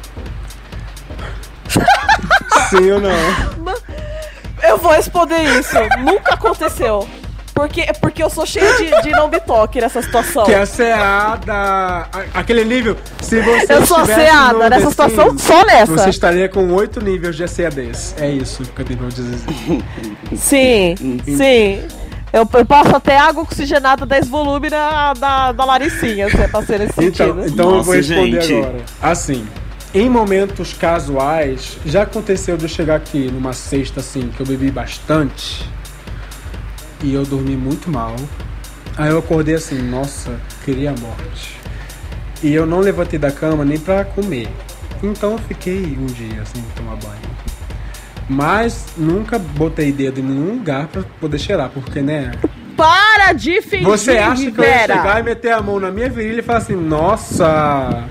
Sim ou não? Eu vou responder isso. Nunca aconteceu. Porque, porque eu sou cheia de, de não me toque nessa situação. Que é a C A da... a- aquele nível, se você Eu sou a estivesse C A no nessa The situação, Sims, só nessa. você estaria com oito níveis de C A Ds. É isso que eu tenho pra dizer. Sim, sim. Eu, eu passo até água oxigenada dez volumes na, da, da Laricinha, se é pra ser nesse Então, sentido. então eu vou Nossa, responder gente. agora. Assim, em momentos casuais, já aconteceu de eu chegar aqui numa sexta assim, que eu bebi bastante e eu dormi muito mal. Aí eu acordei assim, nossa, queria a morte. E eu não levantei da cama nem pra comer. Então eu fiquei um dia sem tomar banho. Mas nunca botei dedo em nenhum lugar pra poder cheirar, porque, né? Para de fingir, Você acha que eu ia Rivera. chegar e meter a mão na minha virilha e falar assim, nossa...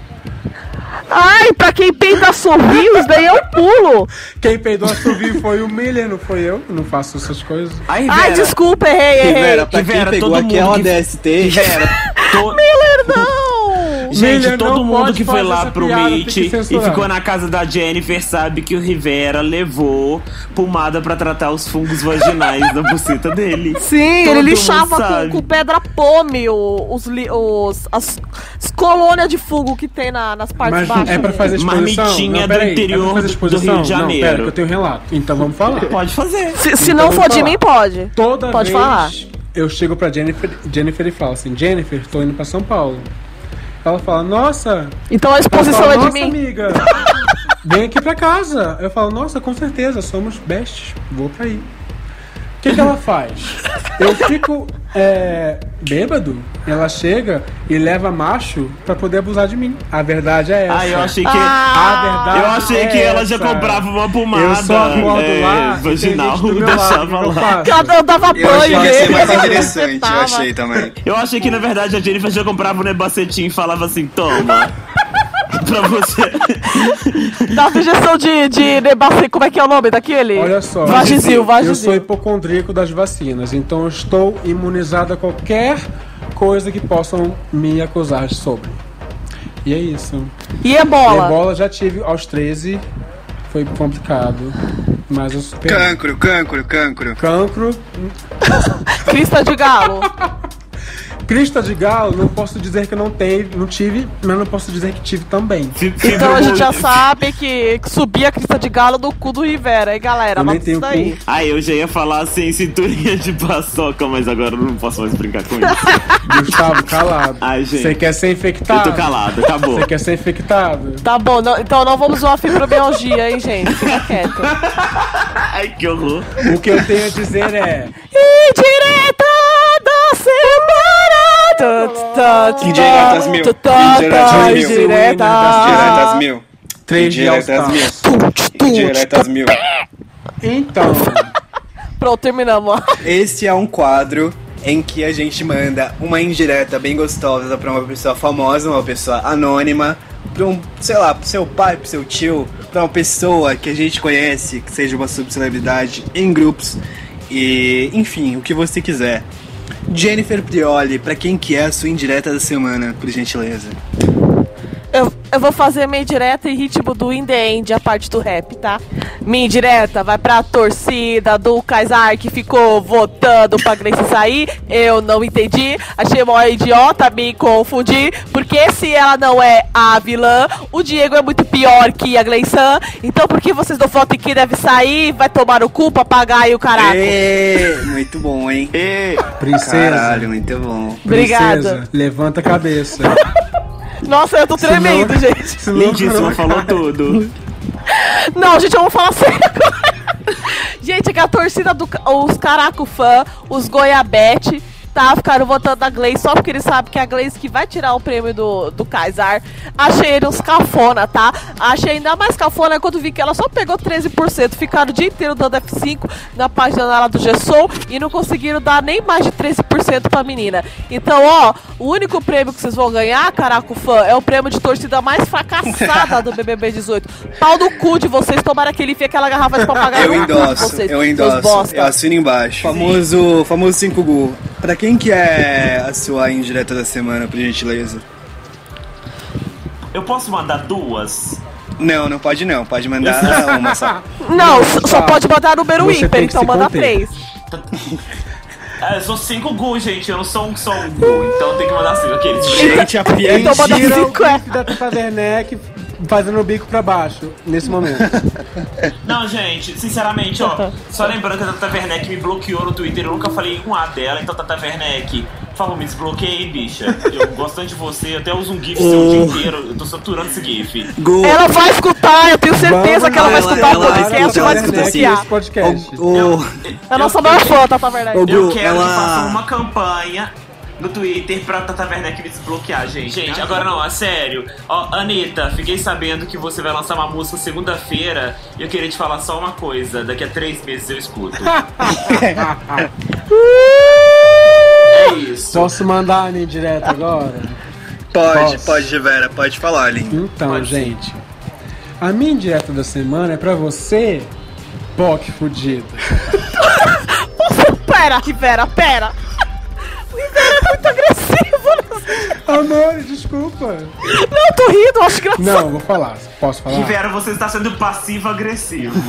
Ai, pra quem peida sorriu, isso daí é um pulo. Quem peidou a assovio foi o Miller, não foi eu. Eu não faço essas coisas. Ai, Ai, Vera, desculpa, errei, errei. Rivera, pra quem Rivera, pegou todo aqui é mundo o que- D S T. Vera, to- Miller, não! Gente, Miller, todo não mundo pode que foi fazer lá essa pro piada, tem Meet que e censurar. ficou na casa da Jennifer sabe que o Rivera levou pomada pra tratar os fungos vaginais da buceta dele. Sim, Todo ele mundo lixava com, sabe. com pedra pome o- os, li- os, as, as colônias de fungo que tem na- nas partes Mas baixas. é pra fazer exposição? Marmitinha Não, do peraí, interior é pra fazer do exposição? Rio de Não, Janeiro. pera, que eu tenho relato. Então vamos falar. Pode fazer. Se, se Então não vamos for de falar. mim, pode. Toda Pode vez falar. eu chego pra Jennifer, Jennifer e falo assim, Jennifer, tô indo pra São Paulo. Ela fala, nossa... Então a Eu exposição falo, é de nossa, mim. amiga, vem aqui pra casa. Eu falo, nossa, com certeza, somos bestes, vou pra aí. O que que ela faz? Eu fico é, bêbado, ela chega e leva macho pra poder abusar de mim. A verdade é essa. Ah, eu achei que. A verdade eu achei é que ela já essa. comprava uma pomada Eu só acordo é, lá, vaginal e tem gente do e meu lado, deixava o que eu lá. faço? Eu dava Eu achei banho que ia ser nele. mais interessante, eu Tava. achei também. Eu achei que na verdade a Jennifer já comprava um nebacetinho e falava assim: toma. Pra você. Dava injeção de, de nebacê, como é que é o nome daquele? Olha só, Vagizil, eu Vagizil. sou hipocondríaco das vacinas, então eu estou imunizado a qualquer coisa que possam me acusar sobre. E é isso. E ebola? Ebola já tive aos treze, foi complicado, mas eu superei. Cancro, cancro, cancro. Cancro, Crista de galo? crista de galo, não posso dizer que eu não teve, não tive, mas não posso dizer que tive também. Então a gente já sabe que, que subia a crista de galo do cu do Rivera, hein, galera? Eu nem Anota tenho isso daí. Ah, eu já ia falar assim, cinturinha de paçoca, mas agora eu não posso mais brincar com isso. Gustavo, calado. Ai, gente. Você quer ser infectado? Eu tô calado, acabou. Você quer ser infectado? Tá bom, não- então não vamos usar a fibromialgia, hein, gente? Fica quieto. Ai, que horror. O que eu tenho a dizer é... Indireta da semana. Indiretas mil. Indiretas mil. Indiretas mil. Três de Indiretas All-Star. mil. Indiretas mil. Então, Pronto, terminamos. Esse é um quadro em que a gente manda uma indireta bem gostosa pra uma pessoa famosa, uma pessoa anônima, pra um, sei lá, pro seu pai, pro seu tio, pra uma pessoa que a gente conhece, que seja uma subcelebridade, em grupos, e enfim, o que você quiser. Jennifer Prioli, pra quem que é a sua indireta da semana, por gentileza? Eu, eu vou fazer minha indireta em ritmo do In The End, a parte do rap, tá? Minha indireta vai pra torcida do Kaysar que ficou votando pra Gleice sair. Eu não entendi, achei mó idiota, me confundi. Porque se ela não é a vilã, o Diego é muito pior que a Gleisan. Então por que vocês não votam em quem deve sair? Vai tomar o cu pra pagar aí o caralho. Ê, muito bom, hein? Ê, Princesa. Caralho, muito bom. Obrigada. Princesa, levanta a cabeça. Nossa, eu tô tremendo, Senão- gente. senão lindíssima, não- falou tudo. Não, gente, vamos falar sério agora. Gente, é que a torcida do os Caraco Fã, os Goiabete, tá, ficaram votando na Gleice só porque eles sabem que é a Gleice que vai tirar o prêmio do, do Kaysar. Achei ele uns cafona, tá? Achei ainda mais cafona quando vi que ela só pegou treze por cento. Ficaram o dia inteiro dando F cinco na página lá do G-Soul e não conseguiram dar nem mais de treze por cento pra menina. Então, ó, o único prêmio que vocês vão ganhar, Caraco Fã, é o prêmio de torcida mais fracassada do B B B dezoito. Pau no cu de vocês, tomara que ele enfie aquela garrafa de papagaio Eu no cu de endosso, vocês, eu seus endosso. bosta. Eu assino embaixo. Famoso, famoso cinco Gu. Pra quem que é a sua indireta da semana, por gentileza? Eu posso mandar duas? Não, não pode não. Pode mandar uma só. Não, s- só pode mandar número Você ímpar, tem que então se manda conter. três. É, eu sou cinco Gu, gente. Eu não sou um só um Gu, então tem que mandar cinco. Aqueles. Gente, a piada. Então manda Tira o cinco, é. gif da Tata Werneck fazendo o bico pra baixo, nesse momento. Não, gente, sinceramente, ó, só lembrando que a Tata Werneck me bloqueou no Twitter, eu nunca falei um A dela, então Tata Werneck, por favor, me desbloqueie, bicha. Eu gosto tanto de você, eu até uso um GIF seu o dia inteiro, eu tô saturando esse GIF. Gu. Ela vai escutar, eu tenho certeza Vamos que ela vai lá, escutar ela o vai podcast e escutar vai esse desbloquear. Esse podcast. O, o, É a nossa maior fã, tá, tá verdade? Ô, Eu Gu, quero ela- que façam uma campanha no Twitter pra Tata Werneck me desbloquear, gente. Gente, agora não, a sério. Ó, Anitta, fiquei sabendo que você vai lançar uma música segunda-feira e eu queria te falar só uma coisa. Daqui a três meses eu escuto. É isso. Posso mandar a minha direta agora? pode, Posso. pode, Vera, pode falar, lindo. Então, Pode sim. gente, a minha indireta da semana é pra você, P O C fudido. Pera, Rivera, pera. O Rivera é muito agressivo. Amor, desculpa. Não, eu tô rindo, eu acho engraçado. Não, vou falar. Posso falar? Rivera, você está sendo passivo-agressivo.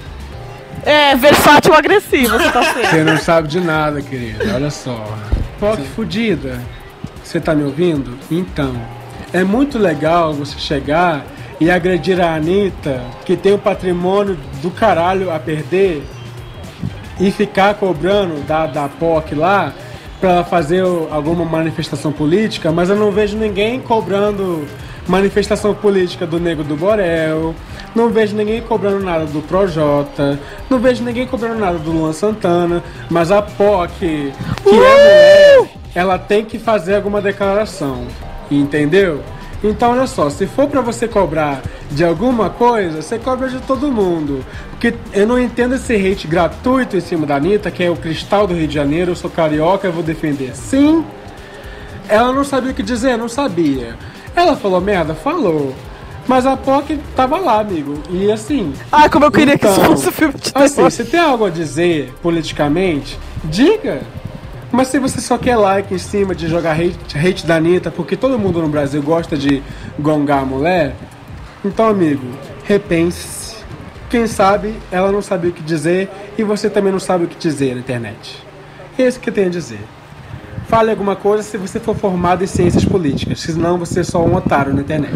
É, versátil agressivo, você tá sendo. Você não sabe de nada, querida. Olha só. P O C fudida. Você tá me ouvindo? Então, é muito legal você chegar e agredir a Anitta, que tem o patrimônio do caralho a perder, e ficar cobrando da, da P O C lá pra ela fazer alguma manifestação política, mas eu não vejo ninguém cobrando manifestação política do Nego do Borel, não vejo ninguém cobrando nada do Projota, não vejo ninguém cobrando nada do Luan Santana, mas a P O C, que é mulher, ela tem que fazer alguma declaração, entendeu? Então olha só, se for pra você cobrar de alguma coisa, você cobra de todo mundo. Porque eu não entendo esse hate gratuito em cima da Anitta, que é o cristal do Rio de Janeiro, eu sou carioca, eu vou defender. Sim, ela não sabia o que dizer, não sabia. Ela falou merda? Falou. Mas a P O C tava lá, amigo. E assim... Ai, como eu queria então, que isso fosse filme de assim, terror. você tem algo a dizer politicamente? Diga! Mas se você só quer like em cima de jogar hate, hate da Anitta, porque todo mundo no Brasil gosta de gongar a mulher, então, amigo, repense. Quem sabe ela não sabia o que dizer e você também não sabe o que dizer na internet. É isso que eu tenho a dizer. Fale alguma coisa se você for formado em ciências políticas, senão você é só um otário na internet.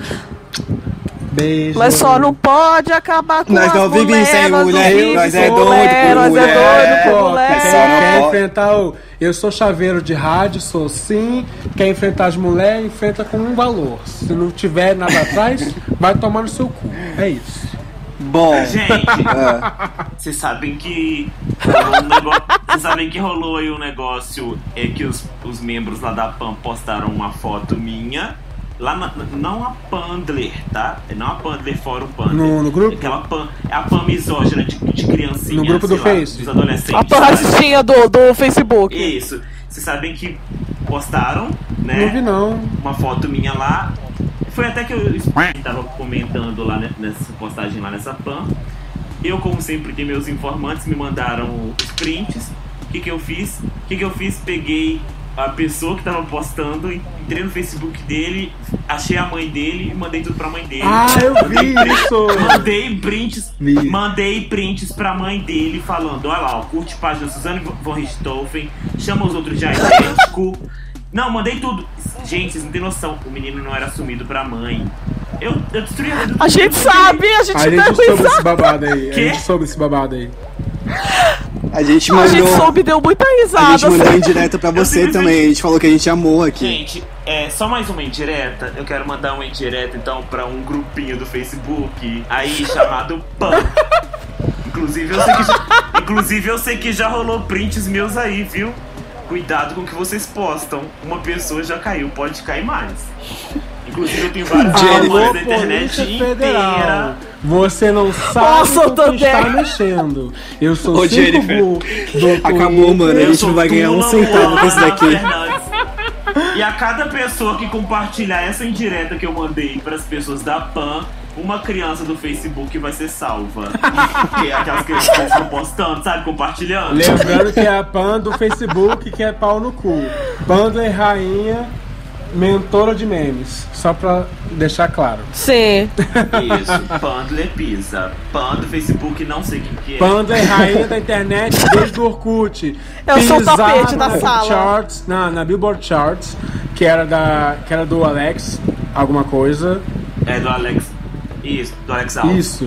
Beijo. Mas só não pode acabar com Nós as não vivemos sem nós não mulher, vivemos nós sem é doido mulher, por nós mulher. é doido por Pô, mulher. quer, quer enfrentar o... Eu sou chaveiro de rádio, sou sim. Quer enfrentar as mulheres, enfrenta com um valor. Se não tiver nada atrás, vai tomar no seu cu. É isso. Bom, Gente, ah, vocês sabem que rolou um negócio, vocês sabem que rolou aí um negócio é que os, os membros lá da P A M postaram uma foto minha lá na, não a Pandler, tá? Não a Pandler fora o Pandler. No- no grupo? Aquela Pan, é a P A M misógina de, de criancinha. No grupo do sei lá, Face? dos adolescentes. A parracistinha do, do Facebook. Isso. Vocês sabem que postaram, né? Não vi não. Uma foto minha lá. Foi até que eu estava comentando lá nessa postagem lá nessa P A M. Eu, como sempre, tem meus informantes, me mandaram os prints. O que que eu fiz? O que que eu fiz? Peguei a pessoa que tava postando, entrei no Facebook dele, achei a mãe dele e mandei tudo pra mãe dele. Ah, eu vi isso! Mandei prints, Vi. mandei prints pra mãe dele falando, olha lá, ó, curte página Suzane von Richthofen, chama os outros de idêntico. Não, mandei tudo. Gente, vocês não tem noção, o menino não era assumido pra mãe. Eu, eu destruí a vida do A gente sabe, a gente A deu gente soube esse risada. babado aí. A Quê? gente soube esse babado aí. A gente A gente mandou. soube e deu muita A risada. gente mandou assim. indireto pra você simplesmente- também. A gente falou que a gente amou aqui. Gente, é, só mais uma indireta. Eu quero mandar uma indireta, então, pra um grupinho do Facebook aí chamado Pan. Inclusive eu, sei que já, inclusive, eu sei que já rolou prints meus aí, viu? Cuidado com o que vocês postam. Uma pessoa já caiu, pode cair mais. Inclusive, eu tenho várias Jennifer. memórias da internet Polícia inteira. Você não sabe Nossa, com quem Tandé. está mexendo. Eu sou Ô, cinco Jennifer. bu- do Acabou, mano. A Eu gente sou não vai ganhar um Tula centavo com isso Luana daqui. Fernandes. E a cada pessoa que compartilhar essa indireta que eu mandei para as pessoas da Pan, uma criança do Facebook vai ser salva. Que é aquelas crianças que estão postando, sabe? Compartilhando. Lembrando que é a Pan do Facebook, que é pau no cu. Panda é rainha, mentora de memes. Só pra deixar claro. Sim. Isso, Pandler Pisa. Pan do Facebook, não sei quem que é. Panda é rainha da internet desde o Orkut. Eu sou o Pisar tapete da na sala. Charts, na, na Billboard Charts, que era, da, que era do Alex, alguma coisa. É do Alex. Isso, do Alex Alves. Isso.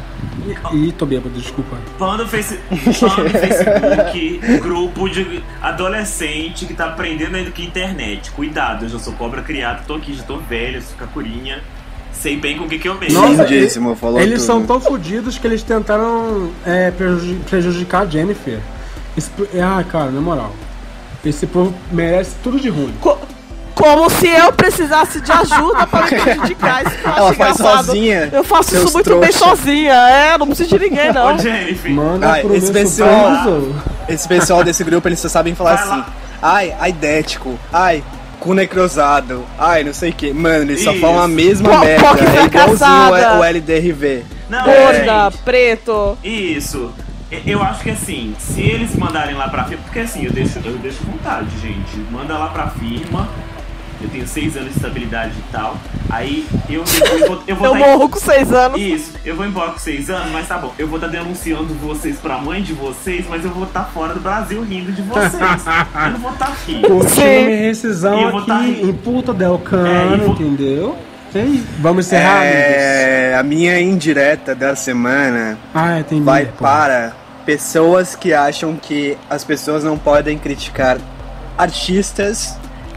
Ih, tô bêbado, desculpa. Pan do, face... Pan do Facebook, grupo de adolescente que tá aprendendo ainda que internet. Cuidado, eu já sou cobra criada, tô aqui, já tô velho, sou cacurinha. Sei bem com o que que eu mexo. Nossa, Lindíssimo, falou Eles tudo. são tão fodidos que eles tentaram é, prejudi- prejudicar a Jennifer. Esse, ah, cara, na moral. Esse povo merece tudo de ruim. Co- Como se eu precisasse de ajuda para me prejudicar. Isso que eu acho Ela faz engraçado. sozinha, Eu faço seus isso muito bem trouxa. sozinha. É, não preciso de ninguém, não. Ô, Jennifer. Manda Ai, pro esse meu pessoal- supervisor. Esse pessoal desse grupo, eles só sabem falar Vai assim. lá. Ai, aidético. Ai, cu necrosado. Ai, não sei o que. Mano, eles só Isso. falam a mesma Po- merda. poque É igualzinho fracassada. o, o L D R V. Não, Gorda, gente, preto. Isso. E- Eu acho que assim, se eles mandarem lá pra firma, porque assim, eu deixo, eu deixo vontade, gente. Manda lá pra firma. Eu tenho seis anos de estabilidade e tal. Aí eu depois vou, eu vou Eu tá- morro com seis anos. Isso, eu vou embora com seis anos, mas tá bom. Eu vou estar denunciando vocês pra mãe de vocês, mas eu vou estar fora do Brasil rindo de vocês. Eu não vou estar aqui. Curtindo Sim. minha rescisão E eu vou aqui tá aí. em Puta del É, Cano, e vou- entendeu? E aí, vamos encerrar, amigos? É, a minha indireta da semana Ah, tem vai pô. para pessoas que acham que as pessoas não podem criticar artistas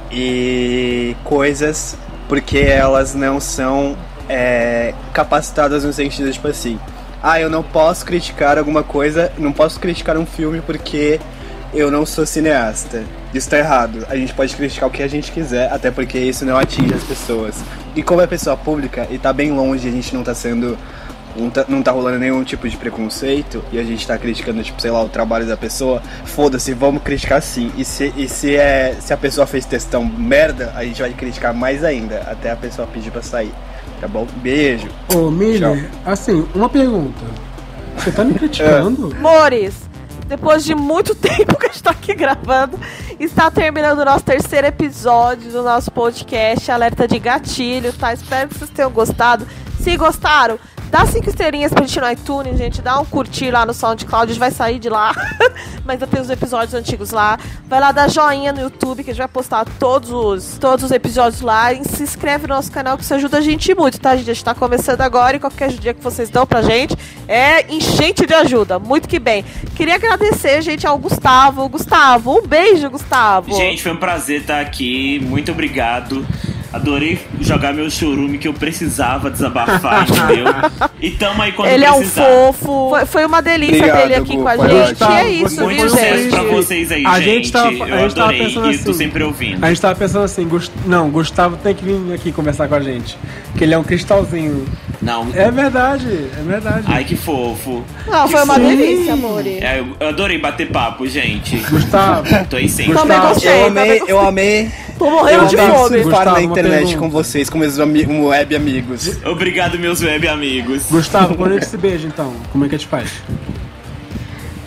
e coisas porque elas não são é, capacitadas no sentido tipo assim, ah, eu não posso criticar alguma coisa, não posso criticar um filme porque eu não sou cineasta. Isso tá errado. A gente pode criticar o que a gente quiser, até porque isso não atinge as pessoas. E como é pessoa pública e tá bem longe, a gente não tá sendo Não tá, não tá rolando nenhum tipo de preconceito e a gente tá criticando, tipo, sei lá, o trabalho da pessoa, foda-se, vamos criticar sim. E se, e se, é, se a pessoa fez textão merda, a gente vai criticar mais ainda, até a pessoa pedir pra sair. Tá bom? Beijo. Ô, Miller, Tchau. assim, uma pergunta. Você tá me criticando? Amores, depois de muito tempo que a gente tá aqui gravando, está terminando o nosso terceiro episódio do nosso podcast Alerta de Gatilho, tá? Espero que vocês tenham gostado. Se gostaram, dá cinco estrelinhas pra gente no iTunes, gente. Dá um curtir lá no SoundCloud, a gente vai sair de lá. Mas ainda tem os episódios antigos lá. Vai lá dar joinha no YouTube, que a gente vai postar todos os, todos os episódios lá. E se inscreve no nosso canal, que isso ajuda a gente muito, tá, gente? A gente tá começando agora e qualquer ajuda que vocês dão pra gente é enchente de ajuda. Muito que bem. Queria agradecer, gente, ao Gustavo. Gustavo, um beijo, Gustavo. Gente, foi um prazer estar aqui. Muito obrigado. Adorei jogar meu chorume que eu precisava desabafar, entendeu? E tamo aí quando Ele é um precisar. fofo. Foi, foi uma delícia Obrigado, ter ele aqui Gu, com a foi gente. ótimo. E é isso, Muito viu, sucesso gente? pra vocês aí, A gente. gente tava- a eu gente tava adorei pensando e tô assim, sempre ouvindo. A gente tava pensando assim, Gust... não, Gustavo tem que vir aqui conversar com a gente. Que ele é um cristalzinho. Não. É verdade, é verdade. Ai, que fofo. Não, foi uma Sim. delícia, amor. É, eu eu adorei bater papo, gente. Gustavo, Tô aí sempre. Também Gustavo, gostei. Eu também amei, gostei. eu amei. Tô morrendo Eu de amei fome. surfar Gustavo, na uma internet pergunta. com vocês, com meus ami- com web amigos. Obrigado, meus web amigos. Gustavo, quando a gente se beija então, como é que a gente faz?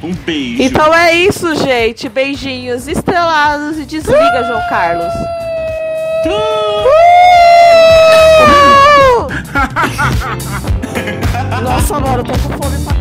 Um beijo. Então é isso, gente. Beijinhos estrelados e desliga, João Carlos. Uh! Nossa, mano, eu tô com fome pra